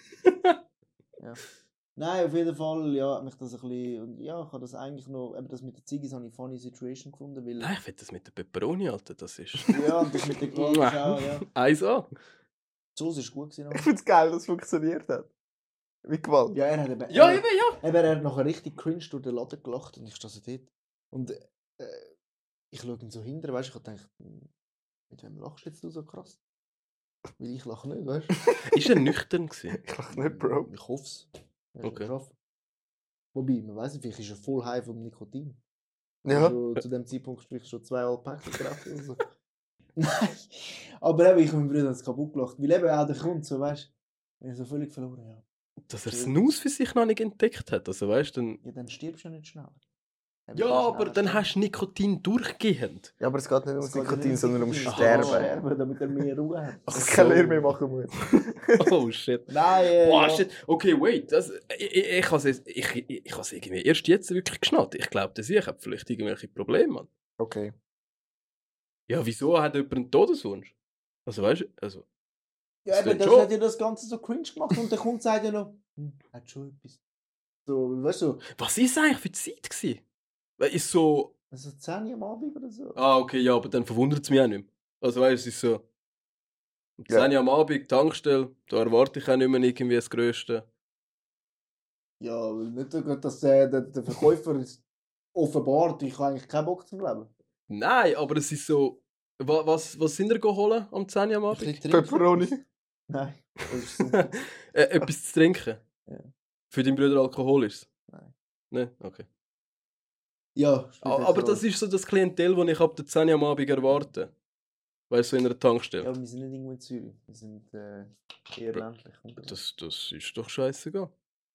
ja. Nein, auf jeden Fall, ja, hat mich das ein bisschen, und ja, ich habe das eigentlich noch, eben das mit der Ziggis habe ich funny Situation gefunden, weil, Nein, ich finde das mit der Pepperoni, Alter, das ist... ja, und das mit der Gewalt ist auch, ja, Eins an. die Soße ist gut gewesen. Ich finde es geil, dass es funktioniert hat. Mit Gewalt. Ja, er hat eben, Ja, er, eben, ja. eben, er hat nachher richtig cringe durch den Laden gelacht und ich stand so dort. Und äh, ich schaue ihn so hinterher, weißt du, ich habe gedacht, hm, mit wem lachst jetzt du so krass? Weil ich lache nicht, weißt du? Ist er nüchtern gewesen? Ich lach nicht, Bro. Ich hoffe es. Okay. Wobei, man weiß nicht, vielleicht ist er voll high vom Nikotin. Ja. Also, zu dem Zeitpunkt sprich ich schon zwei Alpäckchen geraucht oder so. Nein, aber eben, ich und mein Bruder haben es kaputt gelacht. Weil eben auch der Kunde, so weißt du, wenn ich so völlig verloren ja. Dass er Snus für sich noch nicht entdeckt hat, also weißt du, dann... Ja, dann stirbst du ja nicht schneller. Ja, aber dann hast du Nikotin durchgehend. Ja, aber es geht nicht ums Es geht Nikotin, nicht sondern ums Nikotin. Sterben. Ach, Sterben, damit er mehr Ruhe hat. Dass Ach ich keine so. Lehre mehr machen muss. Oh shit. Nein, äh, Boah, ja. shit. Okay, wait. Das, ich ich, ich habe es ich, ich, ich has irgendwie erst jetzt wirklich geschnallt. Ich glaube, dass ich habe vielleicht irgendwelche Probleme, Mann. Okay. Ja, wieso hat jemand einen Todeswunsch? Also weißt du, also... Ja, Das eben, wird das schon. hat ja das Ganze so cringe gemacht und der Kunde sagt ja noch, hm, hat schon etwas. So, weißt du, Was ist eigentlich für die Zeit gewesen? Weil ist so... also zehn Uhr am Abend oder so. Ah, okay, ja, aber dann verwundert es mich auch nicht mehr. Also weißt du, es ist so... Um Ja. zehn Uhr am Abend, Tankstelle, da erwarte ich auch nicht mehr irgendwie das Größte. Ja, weil nicht so gut, dass der, der, der Verkäufer ist offenbart, ich habe eigentlich keinen Bock zum Leben. Nein, aber es ist so... Was, was, was sind ihr geholt am zehn Uhr am Ein Abend? bisschen trinken. Pepperoni. Nein, das ist super. äh, etwas zu trinken? Ja. Für deinen Bruder Alkohol ist es? Nein. Nein? Okay. Ja. A- Aber das ist so das Klientel, das ich ab der zehn Uhr am Abend erwarte. Weißt du, so in einer Tankstelle. Ja, wir sind nicht irgendwo in Zürich. Wir sind äh, eher ländlich. Das, das ist doch scheißegal.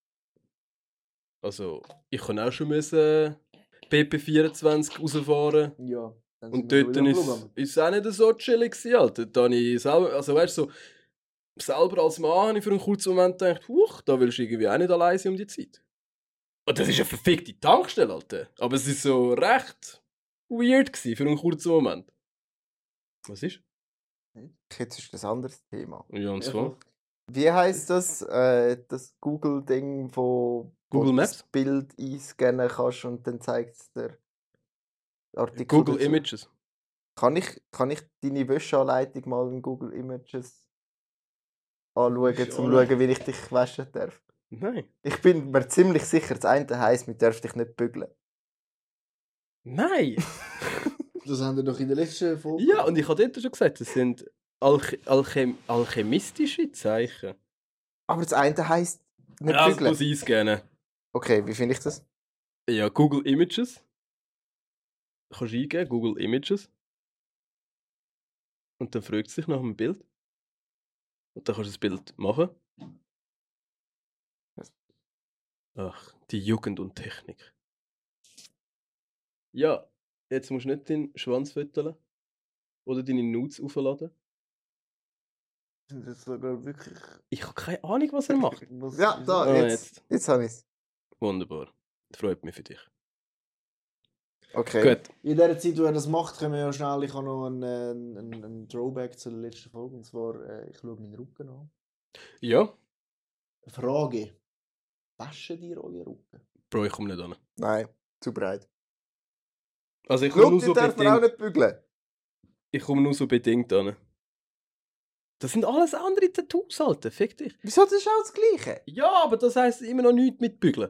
Also, ich kann auch schon müssen B P vierundzwanzig rausfahren. Ja. Dann Und sind wir dort schon wieder ist am Programm. es auch nicht so chillig gewesen, Alter. Da habe ich selber, also weißt du, so, selber als Mann habe ich für einen kurzen Moment gedacht, huch, da willst du irgendwie auch nicht allein sein um die Zeit. Und das ist eine verfickte Tankstelle, Alter. Aber es ist so recht weird gewesen für einen kurzen Moment. Was ist? Jetzt ist das ein anderes Thema. Ja, und Ja, zwar? voll. Wie heisst das, äh, das Google-Ding, wo Google wo du Maps? das Bild einscannen kannst und dann zeigt es dir Artikel Google dazu? Images. Kann ich, kann ich deine Wäscheanleitung mal in Google Images anschauen, um zu schauen, wie ich dich waschen darf? Nein. Ich bin mir ziemlich sicher, das eine heisst, wir dürfen dich nicht bügeln. Nein! Das haben wir doch in der letzten Folge. Ja, und ich habe dort schon gesagt, das sind Alche Alchem alchemistische Zeichen. Aber das eine heisst nicht Ja, das bügeln. muss ich einscannen. Okay, wie finde ich das? Ja, Google Images. Kannst du eingeben, Google Images. Und dann fragt es sich nach einem Bild. Und dann kannst du das Bild machen. Ach, die Jugend und Technik. Ja, jetzt musst du nicht deinen Schwanz fütteln. Oder deine Nudes aufladen. Sind das sogar wirklich. Ich habe keine Ahnung, was er macht. Was, Ja, da, Ah, jetzt. jetzt. Jetzt habe ich es. Wunderbar. Freut mich für dich. Okay. Gut. In der Zeit, wo er das macht, können wir ja schnell. Ich habe noch einen, äh, einen, einen Throwback zur letzten Folge. Und zwar, äh, ich schaue meinen Rücken an. Ja, Frage: Waschen ihr euren Rücken? Bro, ich komme nicht an. Nein, zu breit. Also ich komme Schau, nur die so darf man auch bedingt, nicht bügeln. ich komme nur so bedingt an. Das sind alles andere Tattoos, Alter. Fick dich. Wieso? Das ist auch das Gleiche. Ja, aber das heisst immer noch nichts mit Bügeln.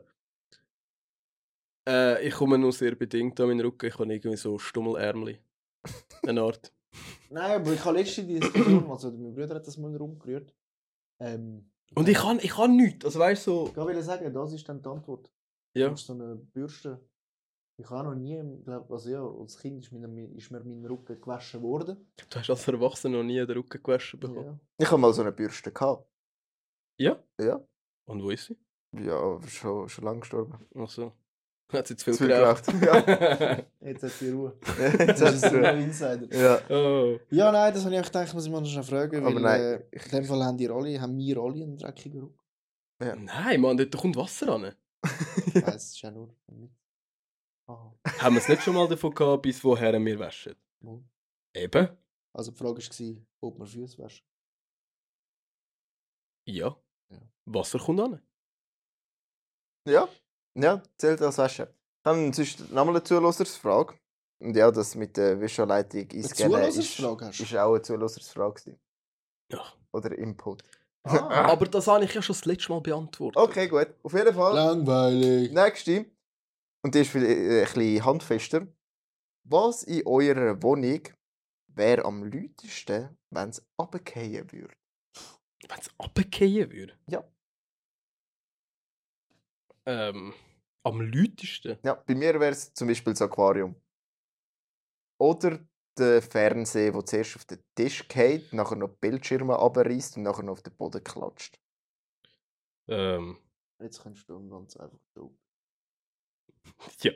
Äh, ich komme nur sehr bedingt an meinen Rücken. Ich habe irgendwie so Stummelärmli. Eine Art. Nein, aber ich habe letzte Diskussion, also mein Bruder hat das mal rumgerührt. Ähm, Und ich kann, ich kann nichts. Also weißt du, so. Ich wollte sagen, das ist dann die Antwort. Du Ja. musst so eine Bürste. Ich habe noch nie, glaub, also ja, als Kind ist mir, ist mir mein Rücken gewaschen worden. Du hast als Erwachsener noch nie den Rücken gewaschen bekommen. Ja. Ich habe mal so eine Bürste gehabt. Ja? Ja. Und wo ist sie? Ja, schon, schon lange gestorben. Ach so. Hat sie zu viel Zu viel geraucht? geraucht. Ja. Jetzt hat sie Ruhe. Jetzt Das hast ist so du. ein Insider. Ja. Oh. Ja, nein, das habe ich auch gedacht, muss ich mal noch schnell fragen. Aber weil, nein, Äh, in dem Fall haben, die alle, haben wir alle einen dreckigen Rücken. Nein, Mann, dort kommt Wasser an. Ich weiss, es ist ja nur mit. Aha. Haben wir es nicht schon mal davon gehabt, bis woher wir waschen? Wo? Eben. Also die Frage war, ob man Füße waschen. Ja. Ja. Wasser kommt an. Ja. Ja, zählt als Waschen. Dann sonst nochmal eine Zuhörersfrage. Und ja, das mit der Wäscheanleitung Eine einscannen ist, Zuhörersfrage hast du? ist auch eine Zuhörersfrage gewesen. Ja. Oder Input. Ah, Aber das habe ich ja schon das letzte Mal beantwortet. Okay, gut. Auf jeden Fall. langweilig. Nächste. Und die ist vielleicht äh, ein bisschen handfester. Was in eurer Wohnung wäre am lautesten, wenn es runterfallen würde? Wenn es runterfallen würde? Ja. Ähm, am lautesten? Ja, bei mir wäre es zum Beispiel das Aquarium. Oder der Fernseher, der zuerst auf den Tisch geht, nachher noch die Bildschirme abreißt und nachher noch auf den Boden klatscht. Ähm, Jetzt kannst du ganz einfach so. ja.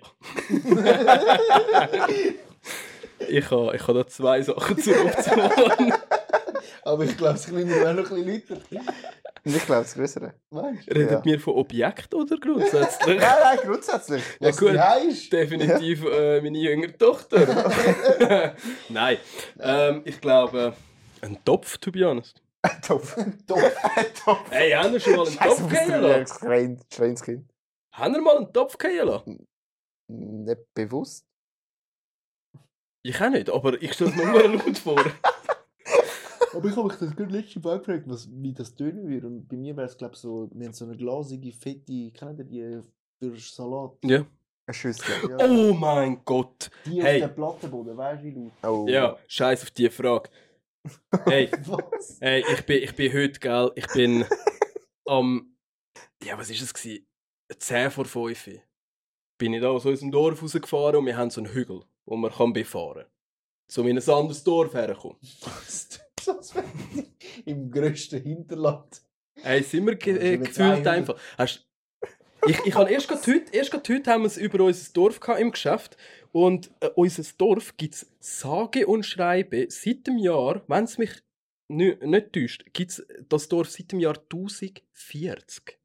ich habe ich ha da zwei Sachen zur Option. Aber ich glaube, ich bin mir noch ein bisschen lauter. Und ich glaube, das Größere. Weißt Redet Ja. wir von Objekten oder grundsätzlich? Nein, nein, grundsätzlich. du? Ja, Was gut. die heisst? Definitiv äh, meine jüngere Tochter. Nein. Ähm, ich glaube, ein Topf, to be honest. Topf. Topf. Topf. Hey, haben wir schon mal einen Scheiße, Topf bist du gehen ein lassen? Schrein- Schweinskind. Haben wir mal einen Topf gehen lassen? Nicht bewusst. Ich auch nicht, aber ich stelle es mir nur laut vor. Aber ich habe mich das gerade letzte Mal gefragt, was, wie das tönen würde. Und bei mir wäre es, glaube ich, so, wir haben so eine glasige, fette, kennt ihr die für Salat? Ja. Eine Schüssel. Ja. Oh mein Gott. Die Hey. auf dem Plattenboden, weißt du, wie du? Oh. Ja, scheiß auf die Frage. Hey, Was? hey ich, bin, ich bin heute, gell, ich bin am. Ja, was war es? gewesen? zehn vor fünf. bin ich da aus unserem Dorf rausgefahren und wir haben so einen Hügel, wo man kann befahren kann. So in ein anderes Dorf herkommen. Das wäre im grössten Hinterland. Hey, sind wir ge Ja, äh, mit gefühlt zwei einfach. Hast, ich ich habe erst gerade heute, erst gerade heute haben wir es über unser Dorf gehabt im Geschäft. Und äh, unser Dorf gibt es sage und schreibe seit dem Jahr, wenn es mich nicht, nicht täuscht, gibt es das Dorf seit dem Jahr tausendvierzig.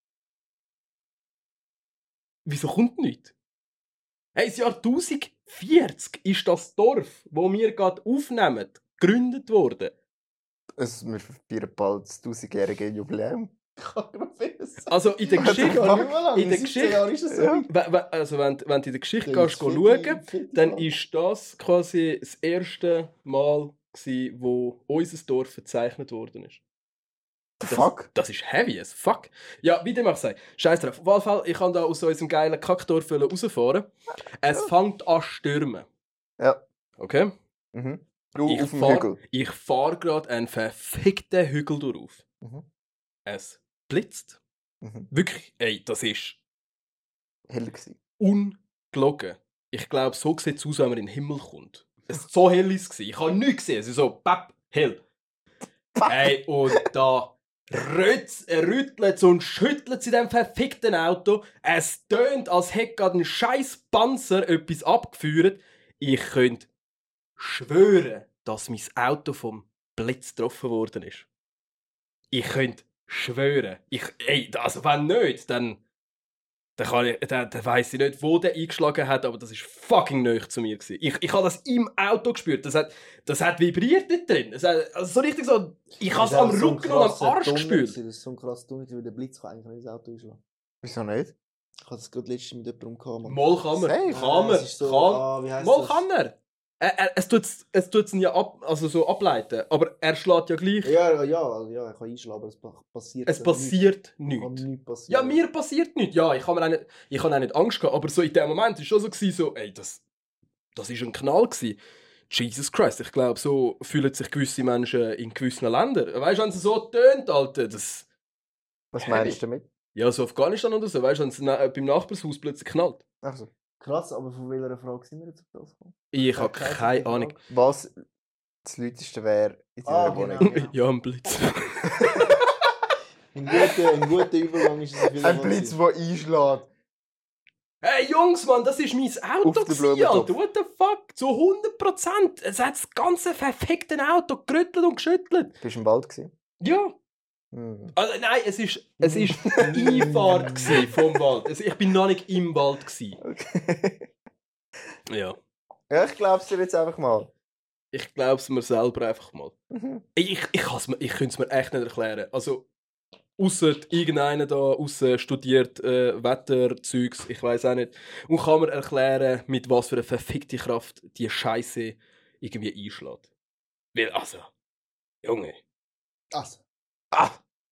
Wieso kommt nichts? Hey, das Jahr tausendvierzig ist das Dorf, wo wir gerade aufnehmen, gegründet worden. Also, wir feiern bald das tausendjährige Jubiläum. Ich kann gerade wissen. Also in der Geschichte, Ja, nicht mehr lang. in der siebzehn Geschichte- Jahre ist es so. Ja. weit. we- we- also wenn, wenn du in der Geschichte Ja, gehst, fette- schauen, fette dann Frage. ist das quasi das erste Mal, gewesen, wo unser Dorf verzeichnet worden ist. The fuck? Das ist heavy as fuck. Ja, wie dem auch sei. Scheiß drauf. Auf jeden Fall, ich kann da aus unserem geilen Kackdorf rausfahren. Es fängt an zu stürmen. Ja. Okay? Mhm. Du Ich auf dem fahr- Hügel. Ich fahre gerade einen verfickten Hügel durch. Mhm. Es blitzt. Mhm. Wirklich, ey, das ist Hell gewesen. ungelogen. Ich glaube, so sieht es aus, wenn man in den Himmel kommt. Es so hell ist es. Ich habe nichts gesehen. Es ist so, papp, hell. Ey, und da rützt, rüttelt und schüttelt es in diesem verfickten Auto. Es tönt, als hätte gerade ein scheiß Panzer etwas abgeführt. Ich könnte schwören, dass mein Auto vom Blitz getroffen worden ist. Ich könnte schwören. Ich, ey, also wenn nicht, dann, dann, kann ich, dann, dann weiss ich nicht, wo der eingeschlagen hat, aber das ist fucking nahe zu mir gewesen. Ich, ich habe das im Auto gespürt. Das hat, das hat vibriert dort drin. Es hat, also so richtig so, ich habe es Das ist am auch so ein Rücken und am krasser Arsch Tunnel gespürt. gewesen. Das ist so ein krasser Tunnel, weil der Blitz kann eigentlich nicht ins Auto einschlagen. Wieso nicht? Ich hatte das gerade letztens mit jemandem gehabt. Mann. Mal kann man. Safe. Kann man. Es ist so, kann, ah, wie heisst mal das? kann er. er, er es tut es tut's ihn ja ab, also so ableiten, aber er schlägt ja gleich. Ja, ja, ja, ich kann einschlagen, aber es pa- passiert Es ja passiert nichts. Kann nichts. nichts passieren. Ja, mir passiert nichts. Ja, ich habe auch nicht, ich habe auch nicht Angst gehabt, aber so in dem Moment war es schon so, gewesen, so ey, das, das ist ein Knall gewesen. Jesus Christ, ich glaube, so fühlen sich gewisse Menschen in gewissen Ländern. Weißt du, wenn es so tönt, Alter, das... Was meinst du damit? Ja, so Afghanistan oder so, weißt du, wenn es na- beim Nachbarshaus plötzlich knallt. Also, Krass, aber von welcher Frage sind wir jetzt auf das gekommen? Ich habe Keine keine Frage. Ahnung. was das Leuteste wäre in deiner Ah, Wohnung? genau. Ja. Ja, ein Blitz. Ein guter, ein guter Übergang ist es auf jeden Ein Fall Blitz, gewesen. der einschlägt. Hey Jungs, Mann, das ist mein Auto, Auf den gewesen, Blumentopf. Alter. What the fuck? Zu hundert Prozent. Es hat das ganze verfickte Auto gerüttelt und geschüttelt. Bist du im Wald gewesen? Ja. Hm. Also, nein, es ist, es ist die Einfahrt gewesen vom Wald. Also, ich bin noch nicht im Wald gewesen. Okay. Ja. Ja, ich glaub's dir jetzt einfach mal. Ich glaube es mir selber einfach mal. Mhm. Ich, ich, ich, kann's mir- ich könnte es mir echt nicht erklären. Also, ausser irgendeiner da aussen studiert äh, Wetterzeugs, ich weiß auch nicht. Und kann mir erklären, mit was für einer verfickte Kraft die Scheiße irgendwie einschlägt. Weil, also, Junge. Also, Ah.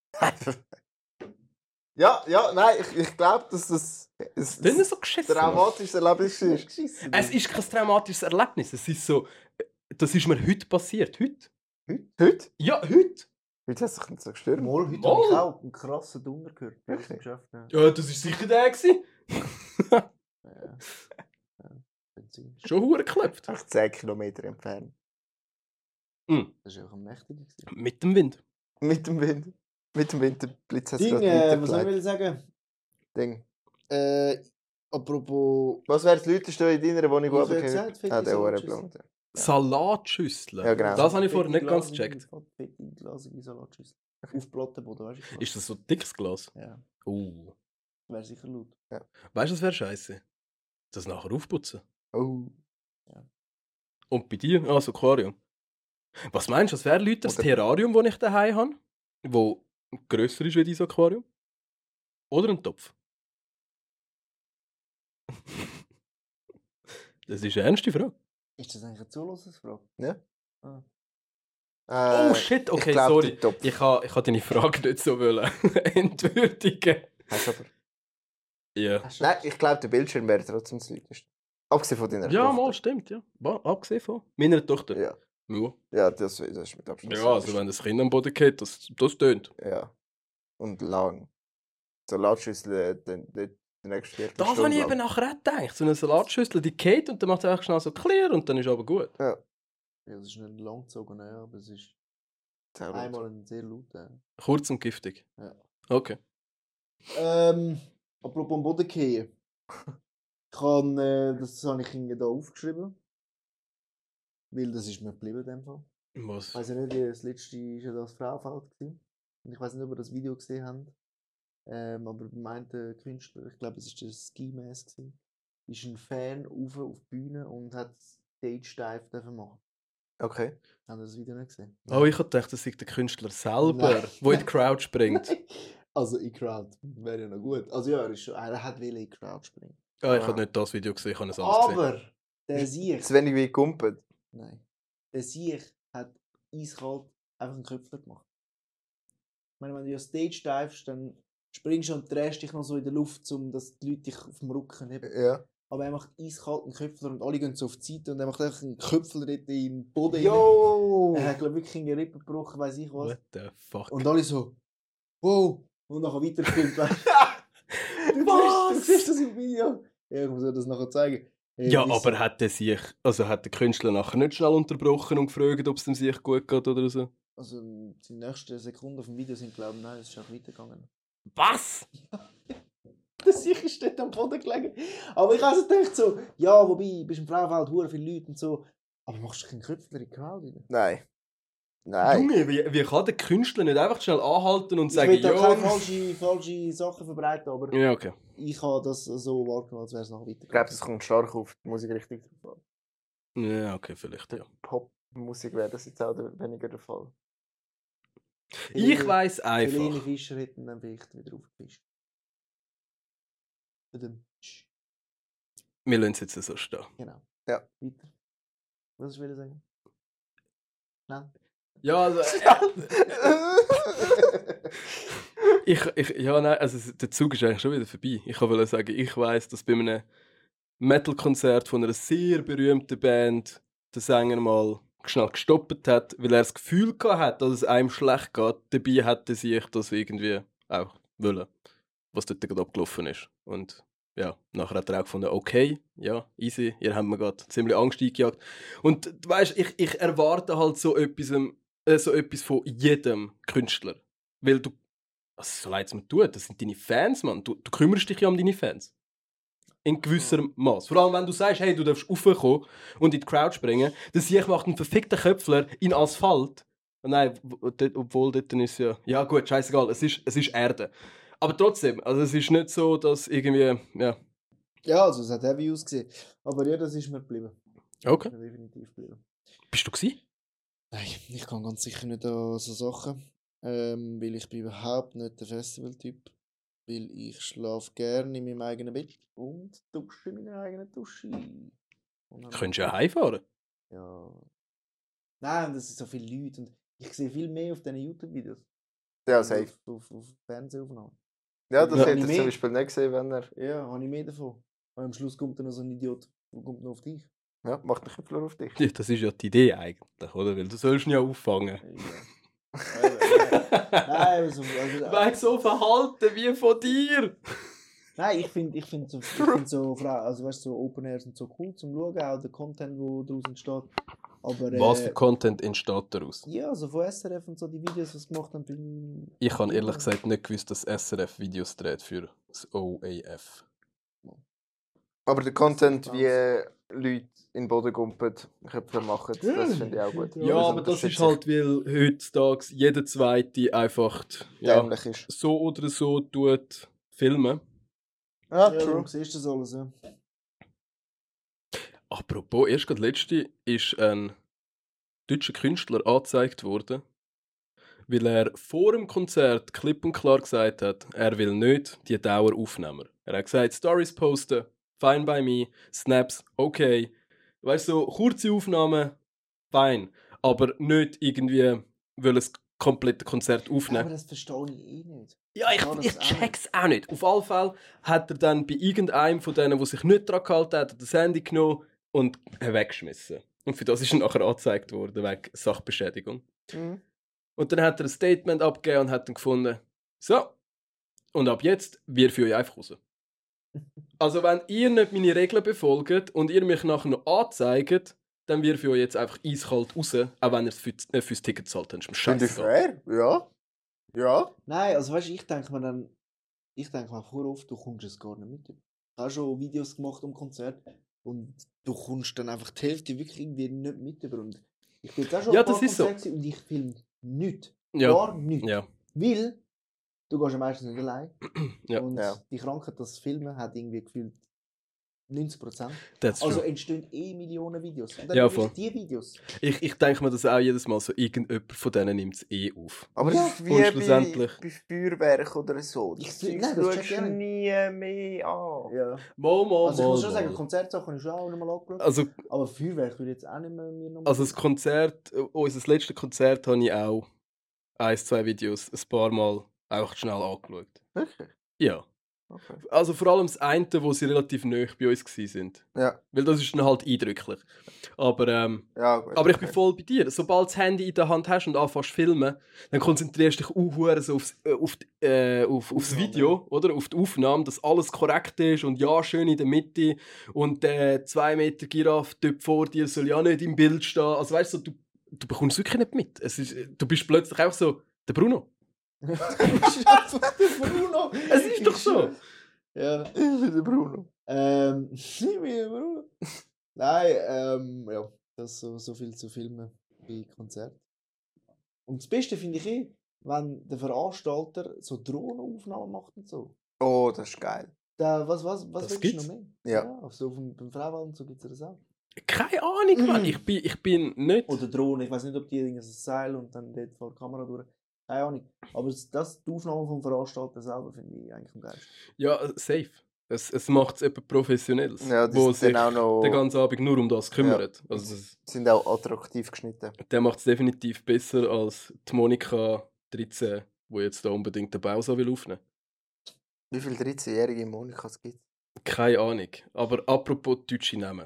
Ja, ja, nein, ich, ich glaube, dass das Das ein ist so geschissen. traumatisches Erlebnis ist. geschissen. Es ist kein traumatisches Erlebnis. Es ist so, das ist mir heute passiert. Heute? Heute? Ja, heute. Heute hast du dich nicht so gestürmt. Mal, heute Mal. habe ich auch einen krassen Dunder gehört. Bei uns im Geschäft. Ja. Ja, das ist sicher der gewesen. Ja. Ja. Benzin. Schon hure geklopft. Echt zehn Kilometer entfernt. Mhm. Das war auch ein mächtiger. gewesen. Mit dem Wind. Mit dem Wind. Mit dem Winterblitz hat es Ding, gerade äh, was soll ich weitergeleitet. will sagen? Ding. Äh, apropos. Was wäre das Leuteste in deiner Wohnung, Was wo hat er du gesagt? Fette Ah, der Salatschüssel. Ohrenblumen. Salatschüssel. Ja, genau. Das habe ich vorher nicht ganz Fette gecheckt. Glas- Fette einglasige Salatschüssel. Auf Plattenboden, weißt du? Ist das so ein dickes Glas? Ja, Oh. wäre sicher laut. Weißt du, was wäre scheiße? Das nachher aufputzen. Oh. Und bei dir? Ah, das Aquarium. Was meinst du, was wäre Leute das Oder- Terrarium, das ich daheim habe? Wo grösser ist wie dein Aquarium? Oder ein Topf? Das ist eine ernste Frage. Ist das eigentlich eine Zulassungsfrage? Äh, Oh shit, okay, ich glaub, sorry. der Topf. Ich habe ich ha deine Frage nicht so wollen entwürdigen. Hast du aber. Ja. Hast du- Nein, ich glaube, der Bildschirm wäre trotzdem das Leuteste. Abgesehen von deiner Ja, Tochter. mal, stimmt, ja. Ba- Abgesehen von meiner Tochter. Ja, Ja, ja das, das ist mit Abstand. ja also wenn das Kind am Boden geht, das, das tönt. Ja. Und lang. Salatschüssel, äh, dann- dann- Die nächste Viertelstunde Das habe ich lang. eben nachher auch gedacht. So eine Salatschüssel, die geht und dann macht es einfach schnell so clear und dann ist aber gut. Ja, das ist nicht lang gezogen, ja, aber es ist Sehr gut. einmal ein sehr lauter. Kurz und giftig. Ja. Okay. Ähm, apropos am Boden gehen. Ich kann, äh, das habe ich Ihnen hier aufgeschrieben. Weil das ist mir geblieben in dem Fall. Was? Ich weiss ja nicht, wie das letzte war ja das Frauenfeld gewesen. Und ich weiß nicht, ob ihr das Video gesehen habt. Ähm, aber beim einen Künstler, ich glaube, es war der Ski Mask, gewesen, ist ein Fan rauf auf die Bühne und hat Stage Dive dürfen machen. Okay. Haben ihr das Video nicht gesehen? Oh, ich dachte, das sei der Künstler selber, Nein. der in die Crowd springt. Also in Crowd wäre ja noch gut. Also ja, er, ist schon, er hat will in Crowd springen. Ah, ich Ah. habe nicht das Video gesehen, ich habe es anders gesehen. Aber der Sieg, Zu wenig wie gekumpelt. nein, der Sieg hat eiskalt einfach einen Köpfler gemacht. Ich meine, wenn du ja Stage divest, dann springst du und drehst dich noch so in der Luft, um dass die Leute dich auf dem Rücken haben. Ja. Aber er macht eiskalt einen Köpfler und alle gehen so auf die Seite und er macht einfach einen Köpfler dort in den Boden rein. Yo! Er hat, glaube ich, wirklich eine Rippe gebrochen, weiss ich was. What the fuck? Und alle so, wow! Und nachher weitergefilmt. weißt du, du, Was? siehst, du siehst das im Video. Ja, ich muss dir das nachher zeigen. Hey, Ja, wieso- aber hat der sich, also hat der Künstler nachher nicht schnell unterbrochen und gefragt, ob es dem sich gut geht oder so? Also, die nächsten Sekunden auf dem Video sind, glaube ich, nein, es ist auch weitergegangen. Was? Der Sieg ist dort am Boden gelegen. Aber ich habe also gedacht so, ja, wobei, bist im Frauenfeld, hure viele Leute und so. Aber machst du keinen Köpfler in die Crowd rein? Nein. Nein. Junge, wie, wie kann der Künstler nicht einfach schnell anhalten und Ich sagen, will da keine ja... falsche, falsche Sachen verbreiten, aber Ja, okay. ich habe das so wahrgenommen, als wäre es noch Ich glaube, weitergegangen. das kommt stark auf die Musikrichtung drauf an. Ja, okay, vielleicht, ja. Popmusik wäre das jetzt auch der- weniger der Fall. Ich weiss Helene einfach. Fischer hätten dann vielleicht wieder aufgefischt. Tudum. Tsch. Wir lassen es jetzt so stehen. Genau. Ja. Weiter. Was willst du sagen? Nein? Ja, also... ich, ich, ja, nein, also der Zug ist eigentlich schon wieder vorbei. Ich wollte sagen, ich weiss, dass bei einem Metal-Konzert von einer sehr berühmten Band der Sänger mal schnell gestoppt hat, weil er das Gefühl gehabt hat, dass es einem schlecht geht. Dabei hätte sich das irgendwie auch wollen, was dort gerade abgelaufen ist. Und ja, nachher hat er auch gefunden, okay, ja, easy, ihr habt mir gerade ziemlich Angst eingejagt. Und du weißt, ich, ich erwarte halt so etwas, äh, so etwas von jedem Künstler. Weil du, also so leid es mir tut, das sind deine Fans, Mann. Du, du kümmerst dich ja um deine Fans. In gewissem Maß. Vor allem, wenn du sagst, hey, du darfst raufkommen und in die Crowd springen, dann sehe ich, macht einen verfickten Köpfler in Asphalt. Nein, w- dort- obwohl dort ist ja... Ja gut, scheißegal, es ist, es ist Erde. Aber trotzdem, also es ist nicht so, dass irgendwie... Ja. Ja, also es hat heavy ausgesehen. Aber ja, das ist mir geblieben. Okay. Ist mir definitiv geblieben. Bist du gewesen? Nein, ich kann ganz sicher nicht an so Sachen. Ähm, weil ich bin überhaupt nicht der Festivaltyp. Weil ich schlafe gerne in meinem eigenen Bett und dusche in meiner eigenen Dusche. Und dann- Könntest du ja heimfahren. Ja. Nein, und es sind so viele Leute und ich sehe viel mehr auf diesen YouTube-Videos. Ja, safe. Auf, auf, auf Fernsehaufnahmen. Ja, das Ja, hätte nicht ich mehr. zum Beispiel nicht gesehen, wenn er... Ja, habe ich mehr davon. Und am Schluss kommt dann noch so ein Idiot, der kommt noch auf dich. Ja, macht den Köpfler auf dich. Ja, das ist ja die Idee eigentlich, oder? Weil du sollst ihn ja auffangen. Ja. Nein, also, also, Wegen so verhalten wie von dir! nein, ich finde ich find so, ich find so, Fra- also, weißt, so Open Air sind so cool zum Schauen, auch der Content, der daraus entsteht. Aber, äh, Was für Content entsteht daraus? ja, also von S R F und so die Videos, was sie gemacht haben, bin Ich habe ehrlich gesagt nicht gewusst, dass S R F Videos dreht für das O A F. Aber der Content, wie Leute in den Boden gumpen, Köpfe machen, das finde ich auch gut. Ja, aber das ist unterstütze halt, weil heutzutage jeder Zweite einfach ich, ja, dämlich ist. so oder so tut filmen. Ja, Ja, true. du siehst das alles, ja. Apropos, erst gerade letzte ist ein deutscher Künstler angezeigt worden, weil er vor dem Konzert klipp und klar gesagt hat, er will nicht die Daueraufnehmer. Er hat gesagt, Stories posten, fine by me, Snaps, okay. Weißt du, so kurze Aufnahmen, fein. Aber nicht irgendwie will das komplette Konzert Aber aufnehmen. das verstehe ich eh nicht. Ja, ich, Ja, das ich auch nicht. check's auch nicht. Auf alle Fälle hat er dann bei irgendeinem von denen, der sich nicht daran gehalten hat, das Handy genommen und weggeschmissen. Und für das ist er nachher angezeigt worden, wegen Sachbeschädigung. Mhm. Und dann hat er ein Statement abgegeben und hat dann gefunden, so, und ab jetzt, wir für euch einfach raus. Also wenn ihr nicht meine Regeln befolgt und ihr mich nachher noch anzeigt, dann wirf ich euch jetzt einfach eiskalt raus, auch wenn ihr für, äh, fürs Ticket zahlt. Dann ist mir Finde ich scheißegal. fair, ja. Ja. Nein, also weißt du, ich denke mir dann, ich denke mir vor oft, du kommst es gar nicht mit. Ich habe schon Videos gemacht am Konzert und du kommst dann einfach die Hälfte wirklich irgendwie nicht mit über. Und ich bin jetzt auch schon Ja, ein paar das ist so. Konzerte und ich filme nichts. Ja. Gar nichts. Ja. Weil du gehst ja meistens nicht allein. Ja. Und Ja. die Krankheit, das Filmen, hat irgendwie gefühlt neunzig Prozent. That's Also true. entstehen eh Millionen Videos. Und dann Ja, wirklich voll. die Videos. Ich, ich denke mir das auch jedes Mal so, irgendjemand von denen nimmt es eh auf. Aber Ja. es ist wie Und bei, schlussendlich- bei Feuerwerk oder so. Ich- Das Zeug nein, das check schaust ich du nicht. nie mehr an. Ja. Mal, mal, Also ich muss schon mal, sagen, mal. Konzertsachen habe ich schon auch nicht mal angeschaut. Also, Aber Feuerwerk würde ich jetzt auch nicht mehr mir noch also das Konzert, äh, unser letztes Konzert habe ich auch ein, zwei Videos ein paar Mal einfach schnell angeschaut. Wirklich? Ja. Okay. Also vor allem das eine, wo sie relativ nahe bei uns waren. Ja. Weil das ist dann halt eindrücklich. Aber, ähm, Ja, gut. aber ich okay. bin voll bei dir. Sobald du das Handy in der Hand hast und anfängst zu filmen, dann konzentrierst du dich auch so aufs, äh, auf, die, äh, auf, aufs Aufnahme, Video, oder? Auf die Aufnahme, dass alles korrekt ist und ja, schön in der Mitte. Und der zwei Meter Giraffe dort vor dir soll ja nicht im Bild stehen. Also weißt du, du, du bekommst wirklich nicht mit. Es ist, du bist plötzlich einfach so, der Bruno. du bist einfach der Bruno. Es ist doch so. Ja. Ich bin der Bruno. Ähm, ich bin der Bruno. Nein, ähm, ja. Das so, so viel zu filmen bei Konzerten. Und das Beste finde ich eh, wenn der Veranstalter so Drohnenaufnahmen macht und so. Oh, das ist geil. Da, was was, was Das willst gibt's? du noch mehr? Ja. auf so, auf dem, beim Frauenwald und so gibt es das auch. Keine Ahnung, Mann. Ich bin, ich bin nicht... Oder Drohne, ich weiß nicht, ob die irgendein Seil und dann dort vor der Kamera durch. Keine Ahnung. Aber das, das, die Aufnahme vom Veranstalter selber finde ich eigentlich am geilsten. Ja, äh, safe. Es, es macht es etwas Professionelles, Ja, die wo sind sich dann auch noch- den ganzen Abend nur um das kümmert. Also das, Sind auch attraktiv geschnitten. der macht es definitiv besser als die Monika dreizehn, die jetzt da unbedingt den Bausa will aufnehmen. Wie viele dreizehnjährige Monikas gibt es? Keine Ahnung. Aber apropos deutsche Namen.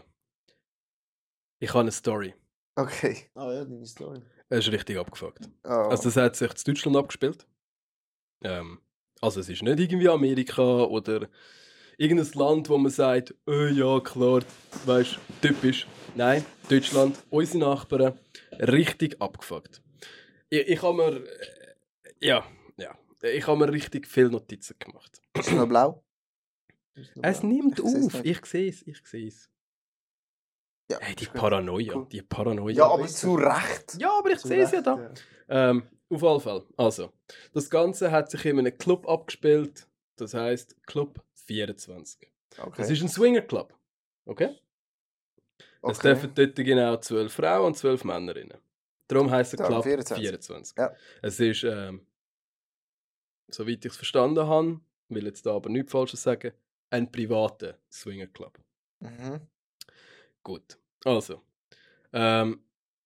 Ich habe eine Story. Okay. Ah ja, deine Story. Er ist richtig abgefuckt. Oh. Also das hat sich in Deutschland abgespielt. Ähm, also es ist nicht irgendwie Amerika oder irgendein Land, wo man sagt, oh ja klar, weißt, typisch. Nein, Deutschland, unsere Nachbarn, richtig abgefuckt. Ich, ich habe mir, äh, ja, ja, ich habe mir richtig viele Notizen gemacht. Ist es noch blau? Es nimmt Ich seh's auf, nicht. ich sehe es, ich sehe es. Ja, Hey, die ist gut. Paranoia, Cool. die Paranoia. Ja, aber zu Recht. Ja, aber ich Zu sehe es ja Recht, da. Ähm, auf jeden Fall. Also, das Ganze hat sich in einem Club abgespielt. Das heisst Club vierundzwanzig. Okay. Das ist ein Swinger-Club. Okay? Es okay. dürfen dort genau zwölf Frauen und zwölf Männer rein. Darum heisst der Darum Club vierundzwanzig. vierundzwanzig. Ja. Es ist, ähm, soweit ich es verstanden habe, will jetzt da aber nichts Falsches sagen, ein privater Swinger-Club. Mhm. Gut. Also. Ähm,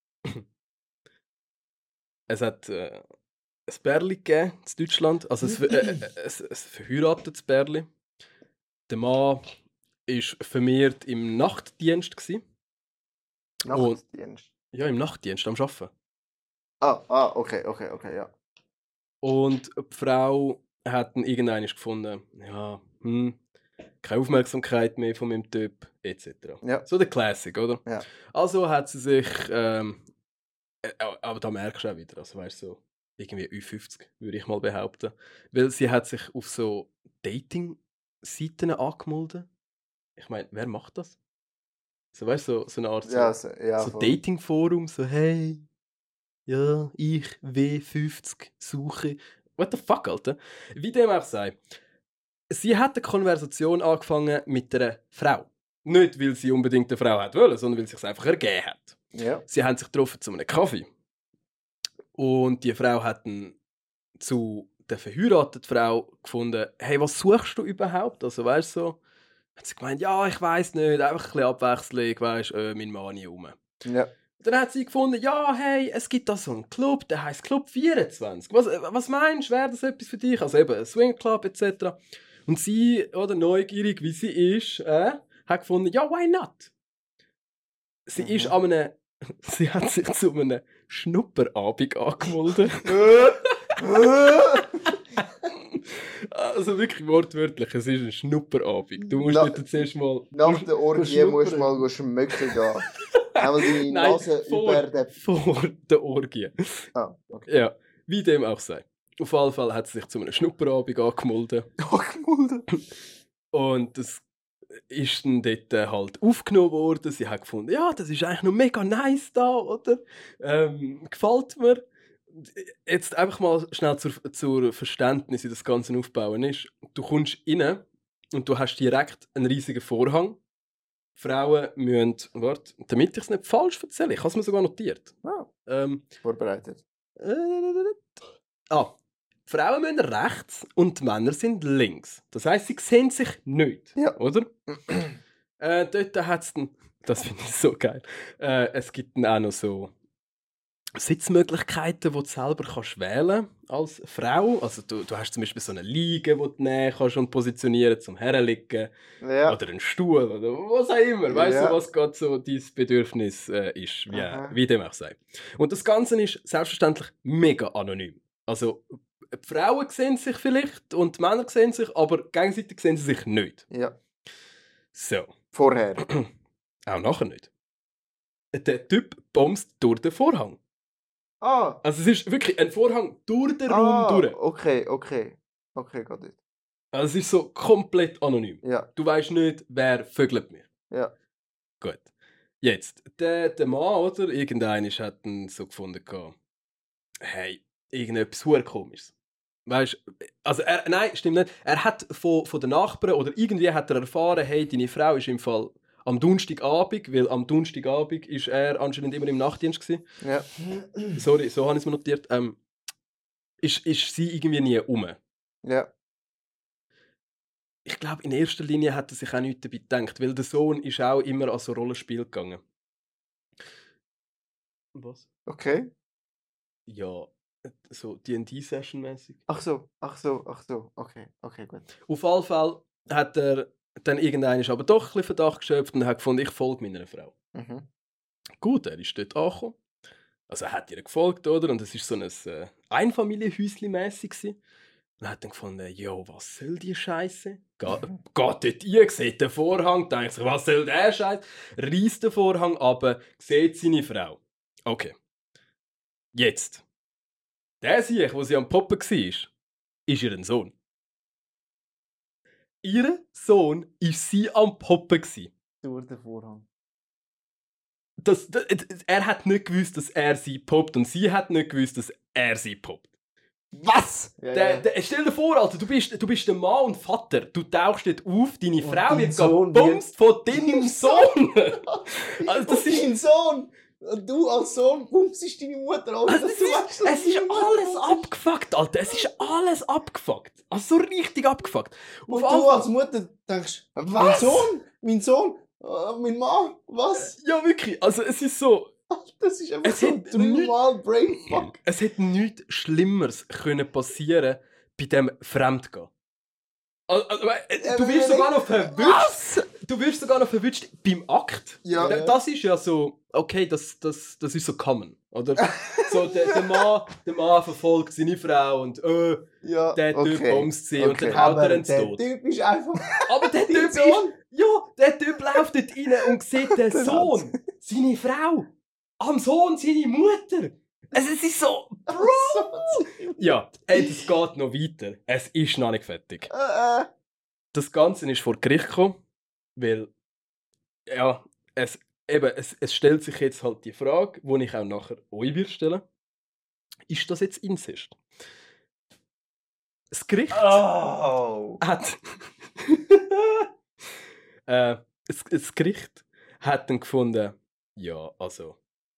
es hat äh, ein Pärli gegeben in Deutschland. Also ein, äh, äh, ein, ein verheiratetes Pärli. Der Mann war vermehrt im Nachtdienst. Gewesen. Nachtdienst. Ja, im Nachtdienst, am Arbeiten. Ah, ah, okay, okay, okay, ja. Und die Frau hat ihn irgendwann gefunden, ja, hm, keine Aufmerksamkeit mehr von meinem Typ, et cetera. Ja. So der Classic, oder? Ja. Also hat sie sich, ähm, äh, aber da merkst du auch wieder, also weißt du, so irgendwie Ü fünfzig, würde ich mal behaupten. Weil sie hat sich auf so Dating-Seiten angemeldet. Ich meine, wer macht das? So, weißt du, so, so eine Art so, Ja, so, ja, so voll. Dating-Forum, so hey, ja, ich W fünfzig suche. What the fuck, Alter? Wie dem auch sei. Sie hat eine Konversation angefangen mit einer Frau. Nicht, weil sie unbedingt eine Frau hat wollen, sondern weil sie es einfach ergeben hat. Ja. Sie haben sich getroffen zu einem Kaffee. Und die Frau hat dann zu der verheirateten Frau gefunden, hey, was suchst du überhaupt? Also, weißt du, so, hat sie gemeint, ja, ich weiss nicht, einfach ein bisschen Abwechslung, weißt du, äh, mein Mann nie rum. Ja. Dann hat sie gefunden, ja, hey, es gibt da so einen Club, der heisst Club vierundzwanzig. Was, äh, was meinst du, wäre das etwas für dich? Also eben, ein Swing Club et cetera. Und sie, oder neugierig wie sie ist, äh, hat gefunden, ja, why not? Sie Mhm. ist an einem, sie hat sich zu einem Schnupperabend angemeldet. Also wirklich wortwörtlich, es ist ein Schnupperabend. Du musst Na- dort zuerst mal... Nach der Orgie schnuppern. musst du mal schmecken gehen. Einmal deine Nein, Nase vor, über den... vor der Orgie. Ah, okay. Ja, wie dem auch sei. Auf jeden Fall hat sie sich zu einem Schnupperabend angemeldet. Angemeldet. Und das ist dann dort äh, halt aufgenommen worden. Sie hat gefunden, ja, das ist eigentlich noch mega nice da, oder? Ähm, gefällt mir. Jetzt einfach mal schnell zur, zur Verständnis, wie das Ganze aufbauen ist. Du kommst rein und du hast direkt einen riesigen Vorhang. Frauen müssen, warte, damit ich es nicht falsch erzähle, ich habe es mir sogar notiert. Ah, Ähm, vorbereitet. äh, ah, die Frauen müssen rechts und die Männer sind links. Das heisst, sie sehen sich nicht, Ja. oder? äh, dort hat es dann, das finde ich so geil, äh, es gibt dann auch noch so Sitzmöglichkeiten, die du selber kannst wählen als Frau. Also du, du hast zum Beispiel so eine Liege, die du nehmen kannst und positionieren zum Herliegen. Ja. Oder einen Stuhl oder was auch immer. Weißt Ja. du, was gerade so dein Bedürfnis äh, ist, wie, Aha. wie dem auch sei. Und das Ganze ist selbstverständlich mega anonym. Also die Frauen sehen sich vielleicht und die Männer sehen sich, aber gegenseitig sehen sie sich nicht. Ja. So, Vorher. auch nachher nicht. Der Typ bombst durch den Vorhang. Ah. Also es ist wirklich ein Vorhang durch den Raum Ah, durch. okay, okay. Okay, got it. Also es ist so komplett anonym. Ja, Du weißt nicht, wer vögelt mich. ja. Gut. Jetzt, der, der Mann, oder? Irgendeiner hat dann so gefunden, gehabt, hey, irgendetwas hure komisches. Weißt du, also er, nein, stimmt nicht. Er hat von, von den Nachbarn oder irgendwie hat er erfahren, hey, deine Frau ist im Fall am Donnerstagabend, weil am Donnerstagabend ist er anscheinend immer im Nachtdienst gewesen. Ja. Sorry, so habe ich es mir notiert. Ähm, ist, ist sie irgendwie nie um. Ja. Ich glaube, in erster Linie hat er sich auch nichts dabei gedacht, weil der Sohn ist auch immer an so Rollenspiel gegangen. Was? Okay. Ja, so D und D-Session-mäßig. Ach so, ach so, ach so. Okay, okay, gut. Auf jeden Fall hat er dann irgendwann aber doch ein bisschen Verdacht geschöpft und hat gefunden, ich folge meiner Frau. Mhm. Gut, er ist dort angekommen. Also er hat ihr gefolgt, oder? Und es war so ein äh, Einfamilienhäuschen-mässig gewesen. Und er hat dann gefunden, jo, was soll die Scheiße? Geht, geht dort rein, sieht den Vorhang, denkt sich, was soll der Scheiß? Reißt den Vorhang ab, sieht seine Frau. Okay. Jetzt. Der Sieg, wo sie am Poppen war, ist ihr Sohn. Ihr Sohn war sie am Poppen. Durch den Vorhang. Das, das, er hat nicht gewusst, dass er sie poppt und sie hat nicht gewusst, dass er sie poppt. Was? Ja, Der, ja. der, stell dir vor, Alter, du bist, du bist der Mann und Vater. Du tauchst dort auf, deine Und Frau dein wird Sohn gebumst von deinem Sohn. Also das ist, dein Sohn! Und du als Sohn bummst deine Mutter an. also es ist, es ist alles abgefuckt, Alter. Es ist alles abgefuckt. Also so richtig abgefuckt. Und Auf du Anfang- als Mutter denkst, mein Was? Sohn, mein Sohn, äh, mein Mann, was? Ja, wirklich. Also es ist so... Das ist einfach Es so hat dreimal Brainfuck. Es hätte nichts Schlimmeres können passieren bei dem Fremdgehen. Also, also, äh, du wirst sogar noch verwünscht. Du wirst sogar noch verwünscht beim Akt. Ja. D- Das ist ja so, okay, das, das, das ist so common, oder? So, der, der, Mann, der Mann verfolgt seine Frau und äh, Ja, der Typ okay. bumst sie und Okay. dann haut er Aber ins der Tod. Typ ist einfach Aber der dein Typ ist, Sohn. ja, der Typ läuft dort rein und sieht den Sohn, seine Frau, am Sohn seine Mutter. Also, es ist so, Bro! Ja, ey, das geht noch weiter. Es ist noch nicht fertig. Äh, äh. Das Ganze ist vor Gericht gekommen, weil, ja, es, eben, es, es stellt sich jetzt halt die Frage, die ich auch nachher euch will stellen. Ist das jetzt Inzest? Das Gericht Oh. hat... äh, das, das Gericht hat dann gefunden, ja, also...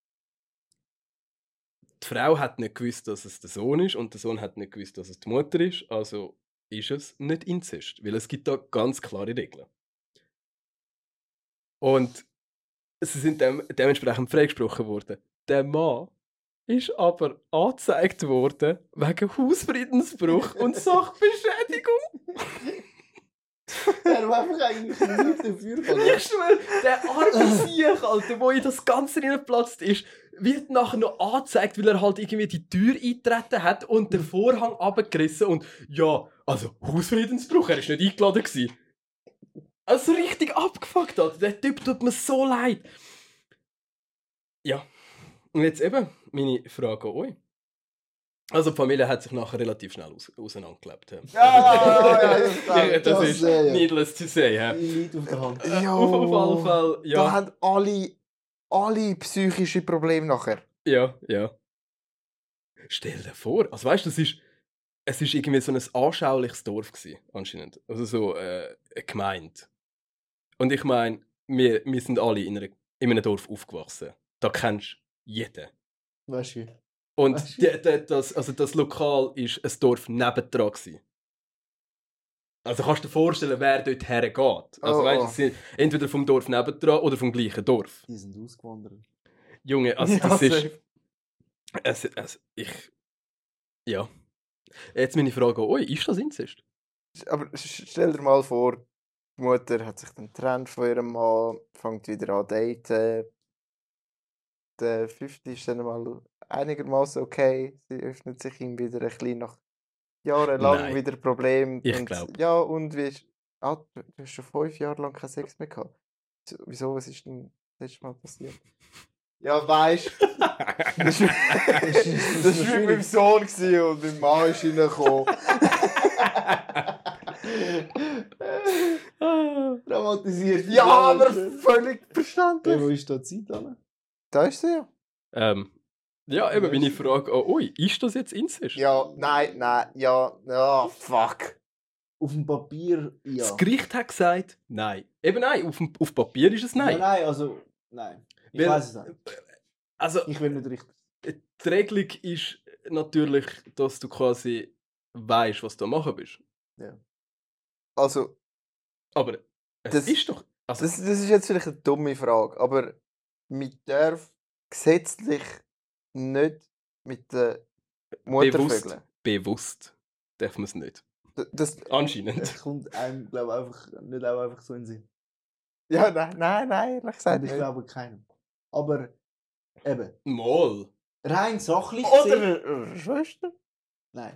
Die Frau hat nicht gewusst, dass es der Sohn ist und der Sohn hat nicht gewusst, dass es die Mutter ist, also ist es nicht Inzest, weil es gibt da ganz klare Regeln. Und sie sind dem, dementsprechend freigesprochen worden. Der Mann ist aber angezeigt worden wegen Hausfriedensbruch und Sachbeschädigung. Er war einfach eigentlich nicht dafür. Ich schwöre, der arme Sieg, Alter, wo in das Ganze reingeplatzt ist, wird nachher noch angezeigt, weil er halt irgendwie die Tür eingetreten hat und den Vorhang abgerissen und ja, Also, Hausfriedensbruch, er war nicht eingeladen. Gewesen. Also richtig abgefuckt, Alter. Der Typ tut mir so leid. Ja. Und jetzt eben meine Frage an euch. Also die Familie hat sich nachher relativ schnell aus auseinandergelebt. Ja, Ja, ja, ja, ja, das das ist äh, ja. needless to say. Ja. Lied auf der Hand. Ja, Auf, auf alle Fall, Da ja. haben alle, alle psychische Probleme nachher. Ja, ja. Stell dir vor, also weißt du, das ist, es ist irgendwie so ein anschauliches Dorf gewesen, anscheinend. Also so äh, eine Gemeinde. Und ich meine, wir, wir sind alle in, einer, in einem Dorf aufgewachsen. Da kennst du jeden. Weißt du? Und Weißt du? die, die, das, also das Lokal war ein Dorf nebendran. Gewesen. Also kannst du dir vorstellen, wer dort hergeht. Also Oh, weißt du, oh. sie sind entweder vom Dorf nebendran oder vom gleichen Dorf. Die sind ausgewandert. Junge, also Ja, das ist... safe. Es, es, ich... Ja. Jetzt meine Frage an euch, ist das Inzest? Aber sch- stell dir mal vor, die Mutter hat sich dann getrennt von ihrem Mann, fängt wieder an zu daten. Der fünfte ist dann mal einigermaßen okay. Sie öffnet sich ihm wieder ein bisschen nach jahrelang Nein. wieder Problem. Ich und, glaub. Ja, und wie ist. Ah, du du hast schon fünf Jahre lang keinen Sex mehr gehabt. So- Wieso? Was ist denn das letzte Mal passiert? Ja, weißt du. Das war das war mit meinem Sohn gewesen und mein Mann ist reingekommen. Dramatisiert. Ja, aber völlig Hey, verständlich. wo ist da die Zeit an? Da ist sie ja. ähm, ja, eben meine Frage an euch, ist das jetzt Inzest? Ja, nein, nein, ja, ja, fuck. Auf dem Papier, ja. Das Gericht hat gesagt, nein. Eben nein, auf, dem- auf Papier ist es nein. Ja, nein, also, nein. Ich Weil- weiß es nicht. Also, Ich will nicht richtig. die Regelung ist natürlich, dass du quasi weißt, was du am machen bist. Also, Aber es Das- ist doch... Also, das, das ist jetzt vielleicht eine dumme Frage, aber man darf gesetzlich nicht mit der Mutter bewusst, vögeln. bewusst darf man es nicht. D- Das, Anscheinend. Es kommt einem, glaube ich, einfach, nicht auch einfach so in den Sinn. ja, nein, nein, nein, ehrlich gesagt Und ich nicht. glaube keinem. Aber eben, Mal. rein sachlich gesehen. Oder eine Schwester? Nein.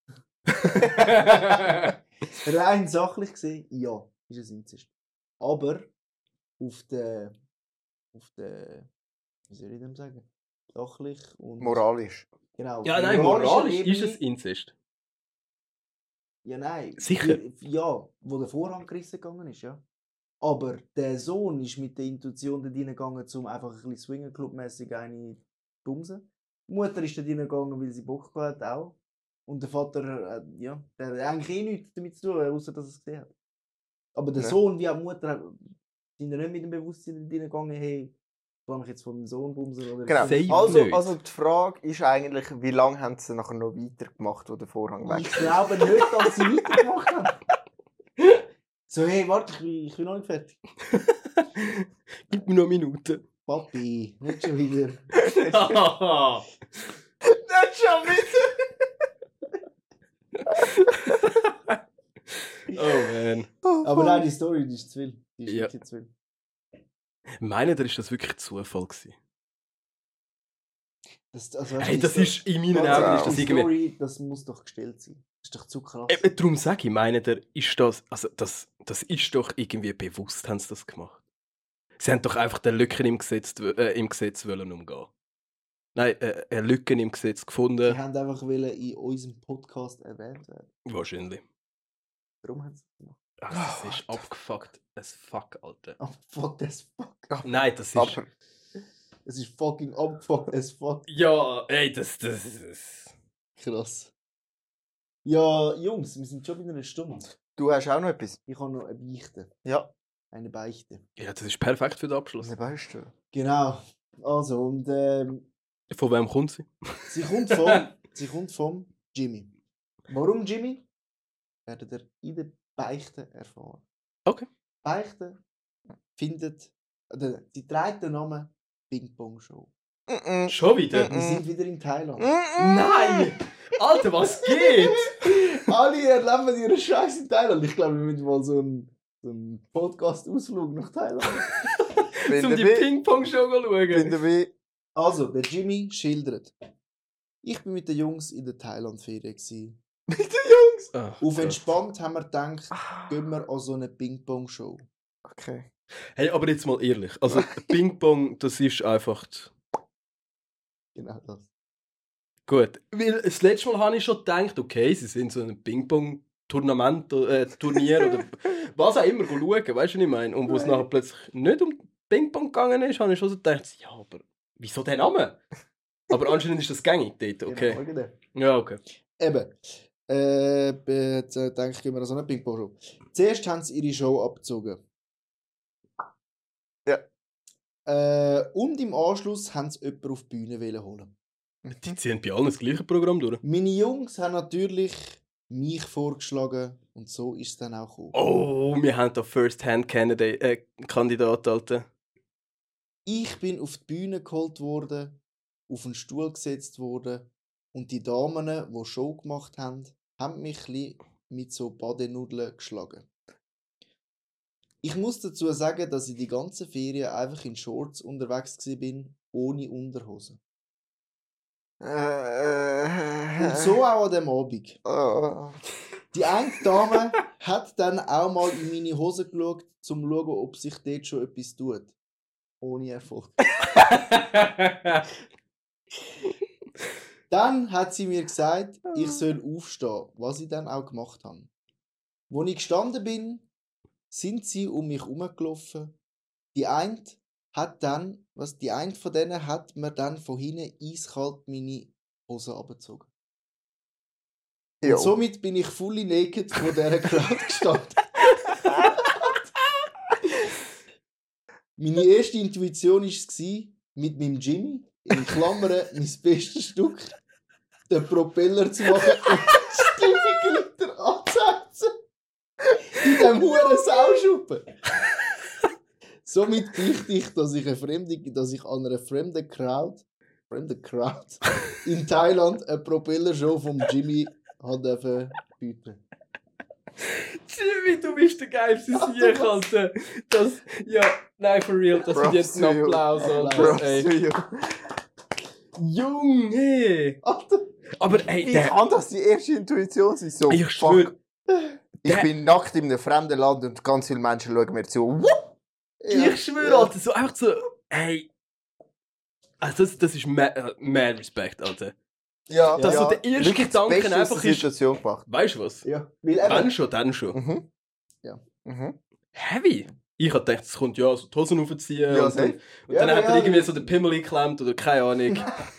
Rein sachlich gesehen, ja, ist es Inzest. Aber auf der. Auf der. Wie soll ich dem sagen? Sachlich und. Moralisch. Genau. Ja, auf nein, moralischer moralisch ist Ebene- es Inzest. Ja, nein. Sicher? Ja, wo der Vorhang gerissen gegangen ist, ja. Aber der Sohn ist mit der Intuition dort reingegangen, um einfach ein bisschen Swingerclub-mässig eine zu bumsen. Die Mutter ist dort reingegangen, weil sie Bock gehabt hat, auch. Und der Vater, äh, ja, der hat eigentlich eh nichts damit zu tun, außer dass er es gesehen hat. Aber der Ja. Sohn, wie auch die Mutter, sind ja nicht mit dem Bewusstsein dort reingegangen, hey, kann ich jetzt von meinem Sohn bumsen oder Genau. Safe Also, nicht. also die Frage ist eigentlich, wie lange haben sie nachher noch weitergemacht, wo der Vorhang weg Ich ist? glaube nicht, dass sie weitergemacht haben. So, hey, warte, ich bin, ich bin noch nicht fertig. Gib mir noch Minuten. Papi, nicht schon wieder. Nicht schon wieder! Oh man. Aber nein, die Story, die ist zu viel. Die ist Ja. wirklich zu viel. Meinen ihr, ist das wirklich Zufall gewesen? Das, also, weißt Hey, du, das die ist in meinen Ganz Augen ist genau. das die irgendwie. Story, das muss doch gestellt sein. Das ist doch zu krass. Eben, darum sage ich, meinen ihr, ist das. Also, das, das ist doch irgendwie bewusst, haben sie das gemacht. Sie haben doch einfach den Lücken im Gesetz, äh, im Gesetz wollen umgehen. Nein, äh, eine Lücke im Gesetz Die gefunden. haben einfach wollen in unserem Podcast erwähnt werden. Wahrscheinlich. Darum haben sie es gemacht. Also, das ist abgefuckt as fuck, Alter. Oh, fuck as fuck. Nein, das ist. Aber Es ist fucking abgefuckt as fuck. Ja, ey, das, das, das. Krass. Ja, Jungs, wir sind schon wieder eine Stunde. du hast auch noch etwas? Ich habe noch eine Beichte. Ja. Eine Beichte. Ja, das ist perfekt für den Abschluss. Was weißt du? Genau. Also, und ähm, Von wem kommt sie? sie kommt vom, sie kommt vom Jimmy. Warum Jimmy? Werdet ihr in der Beichte erfahren. Okay. Beichte findet, oder sie trägt den Namen Ping Pong Show. Mm-mm. Schon wieder? Wir sind wieder in Thailand. Mm-mm. Nein! Alter, was geht? Alle erleben ihren Scheiß in Thailand. Ich glaube, wir müssen mal so einen, so einen Podcast-Ausflug nach Thailand. Bin Um die dabei. Ping-Pong-Show zu Bin schauen. dabei. Also, der Jimmy schildert. Ich bin mit den Jungs in der Thailand-Ferien. gsi. Mit den Jungs? Ach, Auf Gott. entspannt haben wir gedacht, gehen wir an so eine Ping-Pong-Show. Okay. Hey, aber jetzt mal ehrlich. Also, Ping-Pong, das ist einfach. Genau das. Gut. Weil das letzte Mal habe ich schon gedacht, okay, sie sind so ein Ping-Pong-Tournament, äh, Turnier oder was auch immer schauen, weißt du, was ich meine? Und wo es nachher plötzlich nicht um Ping-Pong gegangen ist, habe ich schon so gedacht, ja, aber wieso der Name? Aber anscheinend ist das gängig dort, okay. Genau, genau. Ja, okay. Eben. Äh, be- jetzt, äh, denke ich, gehen wir an so eine Ping-Pong-Show. Zuerst haben sie ihre Show abgezogen. Ja. Äh, und im Anschluss haben sie jemanden auf die Bühne wollen holen. Die ziehen bei allen das gleiche Programm durch. Meine Jungs haben natürlich mich vorgeschlagen und so ist es dann auch gekommen. Oh, wir haben da First-Hand-Kandidat, äh, Kandidat, Alter. Ich bin auf die Bühne geholt worden, auf einen Stuhl gesetzt worden und die Damen, die Show gemacht haben, haben mich ein bisschen mit so Badenudeln geschlagen. Ich muss dazu sagen, dass ich die ganze Ferien einfach in Shorts unterwegs war, ohne Unterhose. Äh, Und so auch an dem Abend. Oh. Die eine Dame hat dann auch mal in meine Hose geschaut, um zu schauen, ob sich dort schon etwas tut. Ohne Erfolg. Dann hat sie mir gesagt, ich soll aufstehen, was ich dann auch gemacht habe. Als ich gestanden bin, sind sie um mich herumgelaufen. Die eine hat dann, was die eine von denen hat mir dann von hinten eiskalt meine Hose abgezogen. Jo. Und somit bin ich fully naked vor dieser Crowd gestanden. Meine erste Intuition war, mit meinem Jimmy, in Klammern mein bestes Stück, den Propeller zu machen und den Stiefel anzuheizen. In diesem huren Sauschuppen. Somit beichte ich, dass ich, eine fremde, dass ich an einer fremden Crowd, fremden Crowd in Thailand eine Propellershow vom Jimmy habe bieten. Jimmy, du bist der geilste Sieg, Alter. Das, ja, nein, for real, das Props wird jetzt ein to you. Applaus, Applaus. Alter. Props Ey. to you. Junge! Alter, Aber ey, Wie der... kann das die erste Intuition sein? So, Ich fuck. schwöre, Ich der- bin nackt in einem fremden Land und ganz viele Menschen schauen mir zu. ja, ich schwöre, ja. Alter, so einfach so, ey... Also das, das ist mad, äh, mad Respect, Alter. Ja, Dass so der erste wirklich das Gedanke Beste aus einfach der ist- Situation gemacht. Weißt du was? Ja, weil Dann eben, schon, dann schon. Mhm. Ja. Mhm. Heavy? Ich hab gedacht, es kommt ja so die Hosen aufziehen Ja, und, dann, safe. und Ja, dann ja, hat er ja. irgendwie so den Pimmel geklemmt oder keine Ahnung.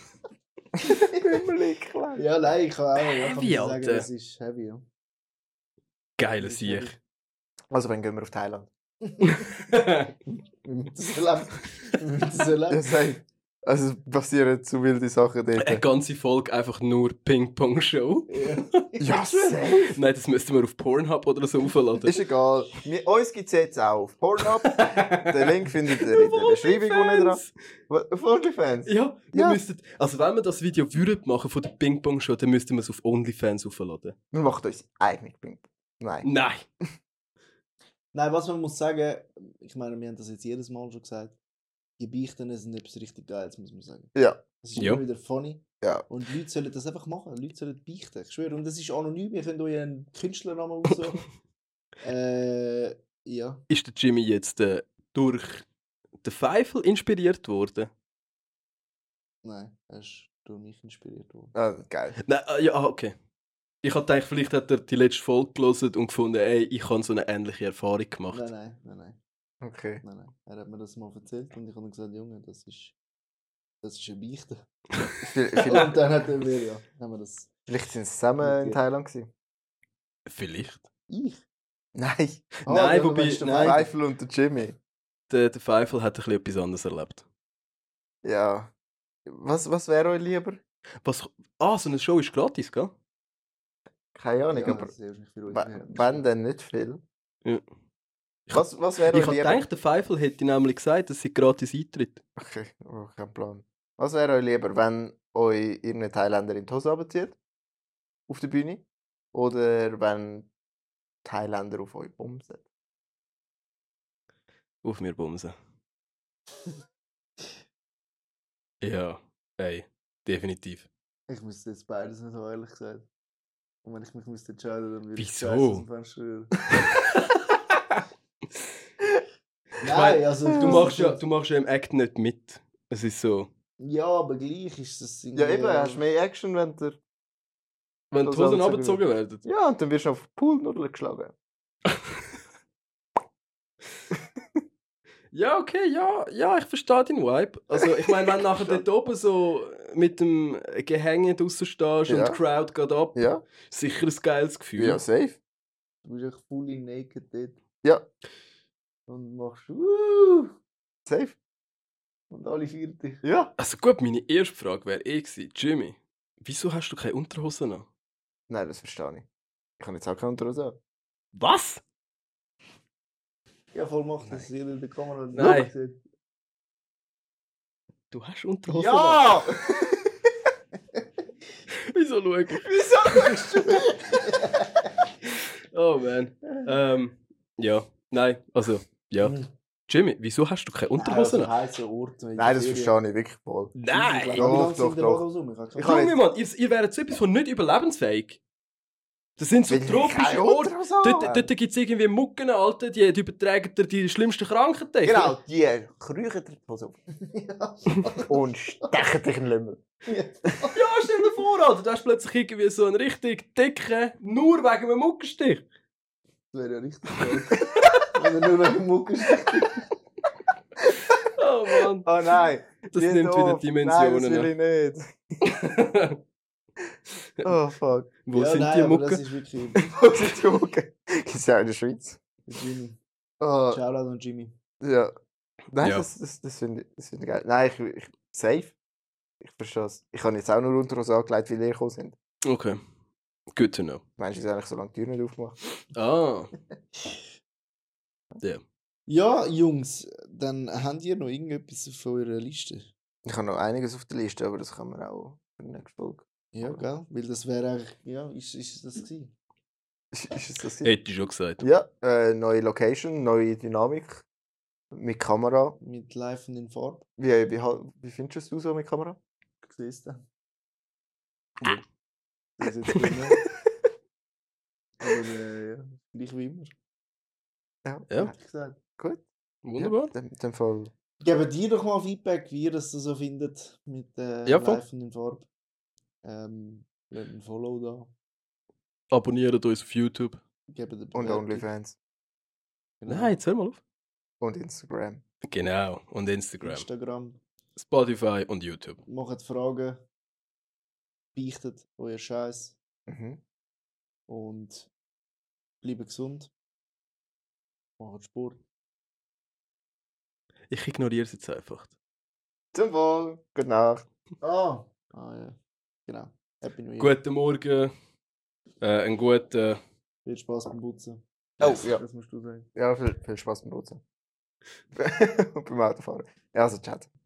Himmelig klein. ja, nein, ich kann auch ja, kann Heavy, man sagen, Alter. das ist heavy, ja. Geiler Sieg. Also, dann gehen wir auf Thailand. Wir müssen das erleben. Wir müssen das Ja, erleben. safe. Also, es passieren zu wilde Sachen Eine dort. ganze Folge einfach nur Ping-Pong-Show. Ja. Ja, safe. Nein, das müssten wir auf Pornhub oder so aufladen. Ist egal. Wir, uns gibt es jetzt auch auf Pornhub. Den Link findet ihr in der Beschreibung unten dran. Wa- Auf OnlyFans? Ja, wir Ja. müssten... Also wenn wir das Video würden machen von der Ping-Pong-Show, dann müssten wir es auf OnlyFans aufladen. Wir machen uns eigene Ping. Nein. Nein. Nein, was man muss sagen, ich meine, wir haben das jetzt jedes Mal schon gesagt, die Beichten sind etwas richtig Geiles, muss man sagen. Ja. Das ist Ja. immer wieder funny. Ja. Und Leute sollen das einfach machen. Leute sollen beichten. Ich schwöre. Und das ist anonym. Ihr könnt euch einen Künstlernamen aussuchen. äh, ja. Ist der Jimmy jetzt äh, durch den Pfeifel inspiriert worden? Nein, er ist durch mich inspiriert worden. Ah, geil. Nein, äh, ja, ah, okay. Ich hatte gedacht, vielleicht hat er die letzte Folge gelesen und gefunden, ey, ich habe so eine ähnliche Erfahrung gemacht. Nein, nein, nein, nein, Okay. nein, nein. Er hat mir das mal erzählt und ich habe ihm gesagt, Junge, das ist, das ist eine Beichte. Vi- Und Vielleicht, dann hat er mir, ja, haben wir das. vielleicht sind sie zusammen in Okay. Thailand gewesen. Vielleicht. Ich? Nein. Ah, Nein, ja, du wobei- meinst den nein. Pfeifel. Pfeifel und der Jimmy. Der, der Pfeifel hat ein bisschen etwas anderes erlebt. Ja. Was, was wäre euch lieber? Was? Ah, so eine Show ist gratis, gell? Keine Ahnung, Ja, aber das ist nicht für uns. we- wenn dann nicht viel. Ja. Was, was wäre Ich euch habe lieber? gedacht, der Pfeifel hätte nämlich gesagt, dass sie gratis Eintritt. Okay, oh, kein Plan. Was wäre euch lieber, wenn euch irgendein Thailänder in die Hose runterzieht? Auf der Bühne? Oder wenn Thailänder auf euch bumsen? Auf mir bumsen. Ja, ey, definitiv. Ich müsste jetzt beides nicht haben, ehrlich gesagt. Und wenn ich mich müsste entscheiden, dann würde ich Wieso? Scheiße aus dem Fenster rühren. Ich Nein, mein, also... Du machst, ja, du machst ja im Act nicht mit. Es ist so. Ja, aber gleich ist das... Ja, eben, hast du mehr Action, wenn der... Wenn die Das Hosen Anzug abgezogen werden. Ja, und dann wirst du auf den Poolnudeln geschlagen. Ja, okay, ja, ja, ich verstehe deinen Vibe. Also, ich meine, wenn du nachher dort oben so mit dem Gehänge draussen stehst Ja. und die Crowd geht ab, Ja, sicher ein geiles Gefühl. ja, safe. Du bist echt fully naked dort. Ja, Und machst... Uh, safe. und alle feiern dich. Ja. Also gut, meine erste Frage wäre eh gewesen, Jimmy, wieso hast du keine Unterhosen an? Nein, das verstehe ich. Ich habe jetzt auch keine Unterhose an. Was? Ja, voll macht das jeder in der Kamera Nein. sieht. Du hast Unterhosen an? Ja! Wieso schau ich? Wieso schaust du? Oh man. Ähm, ja, nein, also, ja. Mhm. Jimmy, wieso hast du keine Unterhosen Also an? heißer Ort. in der Nein, das Ferien. verstehe ich wirklich voll. Nein! Wie Doch, lange doch, sind die doch. Badehose rum? Ich habe keine Ich kann Ahnung. Junge Mann, ihr, ihr wäret so etwas von nicht überlebensfähig. Das sind so Weil ich tropische keine Orte. Unterhose Dort, habe. dort gibt es irgendwie Mucken, Alter, die, die übertragen dir die schlimmsten Krankheiten. Genau, die kriechen dir die Hose auf. Und stechen dich in den Lümmel. Ja, stell dir vor, Alter, du hast plötzlich irgendwie so einen richtig dicken, nur wegen einem Muckenstich. Das wäre ja richtig geil. Wenn er nur wegen dem Mucke steht. Oh Mann. Oh nein. Das wie nimmt wieder doof. Dimensionen. Nein, das will ich nicht. Oh fuck. Wo Ja, sind nein, die aber Mucken? das ist wirklich... Wo sind die Mucke? Gibt es ja in der Schweiz. Jimmy. Oh, Shoutout an Jimmy. ja. Nein, Ja. das, das, das finde ich, das find ich geil. Nein, ich, ich safe. Ich verstehe es. Ich habe jetzt auch nur Unterhose angelegt, weil ihr gekommen sind. Okay. Good to know. Meinst du, ich eigentlich so lange die Tür nicht aufgemacht? Ah. Ja. Ja, Jungs, dann habt ihr noch irgendetwas auf eurer Liste? Ich habe noch einiges auf der Liste, aber das kann man auch für die nächste Folge. Ja, gell? Weil das wäre eigentlich... Ja, ist, ist das gewesen? Ist, ist es das hier? Hätte ich schon gesagt. Ja, äh, neue Location, neue Dynamik. Mit Kamera. Mit Live und in Farbe. Wie, wie, hal- wie findest du es so mit Kamera? Du siehst das. Ja. Das ist jetzt gut, ne? Aber äh, ja, gleich wie immer. Ja. Ja. Hab ich gesagt. Gut. Wunderbar. Ja, in dem Fall. Gebt dir doch mal Feedback, wie ihr das so findet mit äh, Ja, voll. Live und in Farbe. Ähm, lasst ein Follow da. Abonniert uns auf YouTube. Gebt eine Und Bewertung. OnlyFans. Genau. Nein, jetzt hör mal auf. Und Instagram. Genau. Und Instagram. Instagram. Spotify und YouTube. Macht Fragen. Beichtet euer Scheiß. Mhm. Und bleibt gesund. Macht Sport. Ich ignoriere es jetzt einfach. Zum Wohl. Gute Nacht. Ah! Ah ja. Genau. Happy New Year. Guten Morgen. Äh, einen guten. Viel Spaß beim Putzen. Oh, ja. Das musst du sagen. Ja, viel, viel Spaß beim Putzen. Und beim Autofahren. Ja, also, Chat.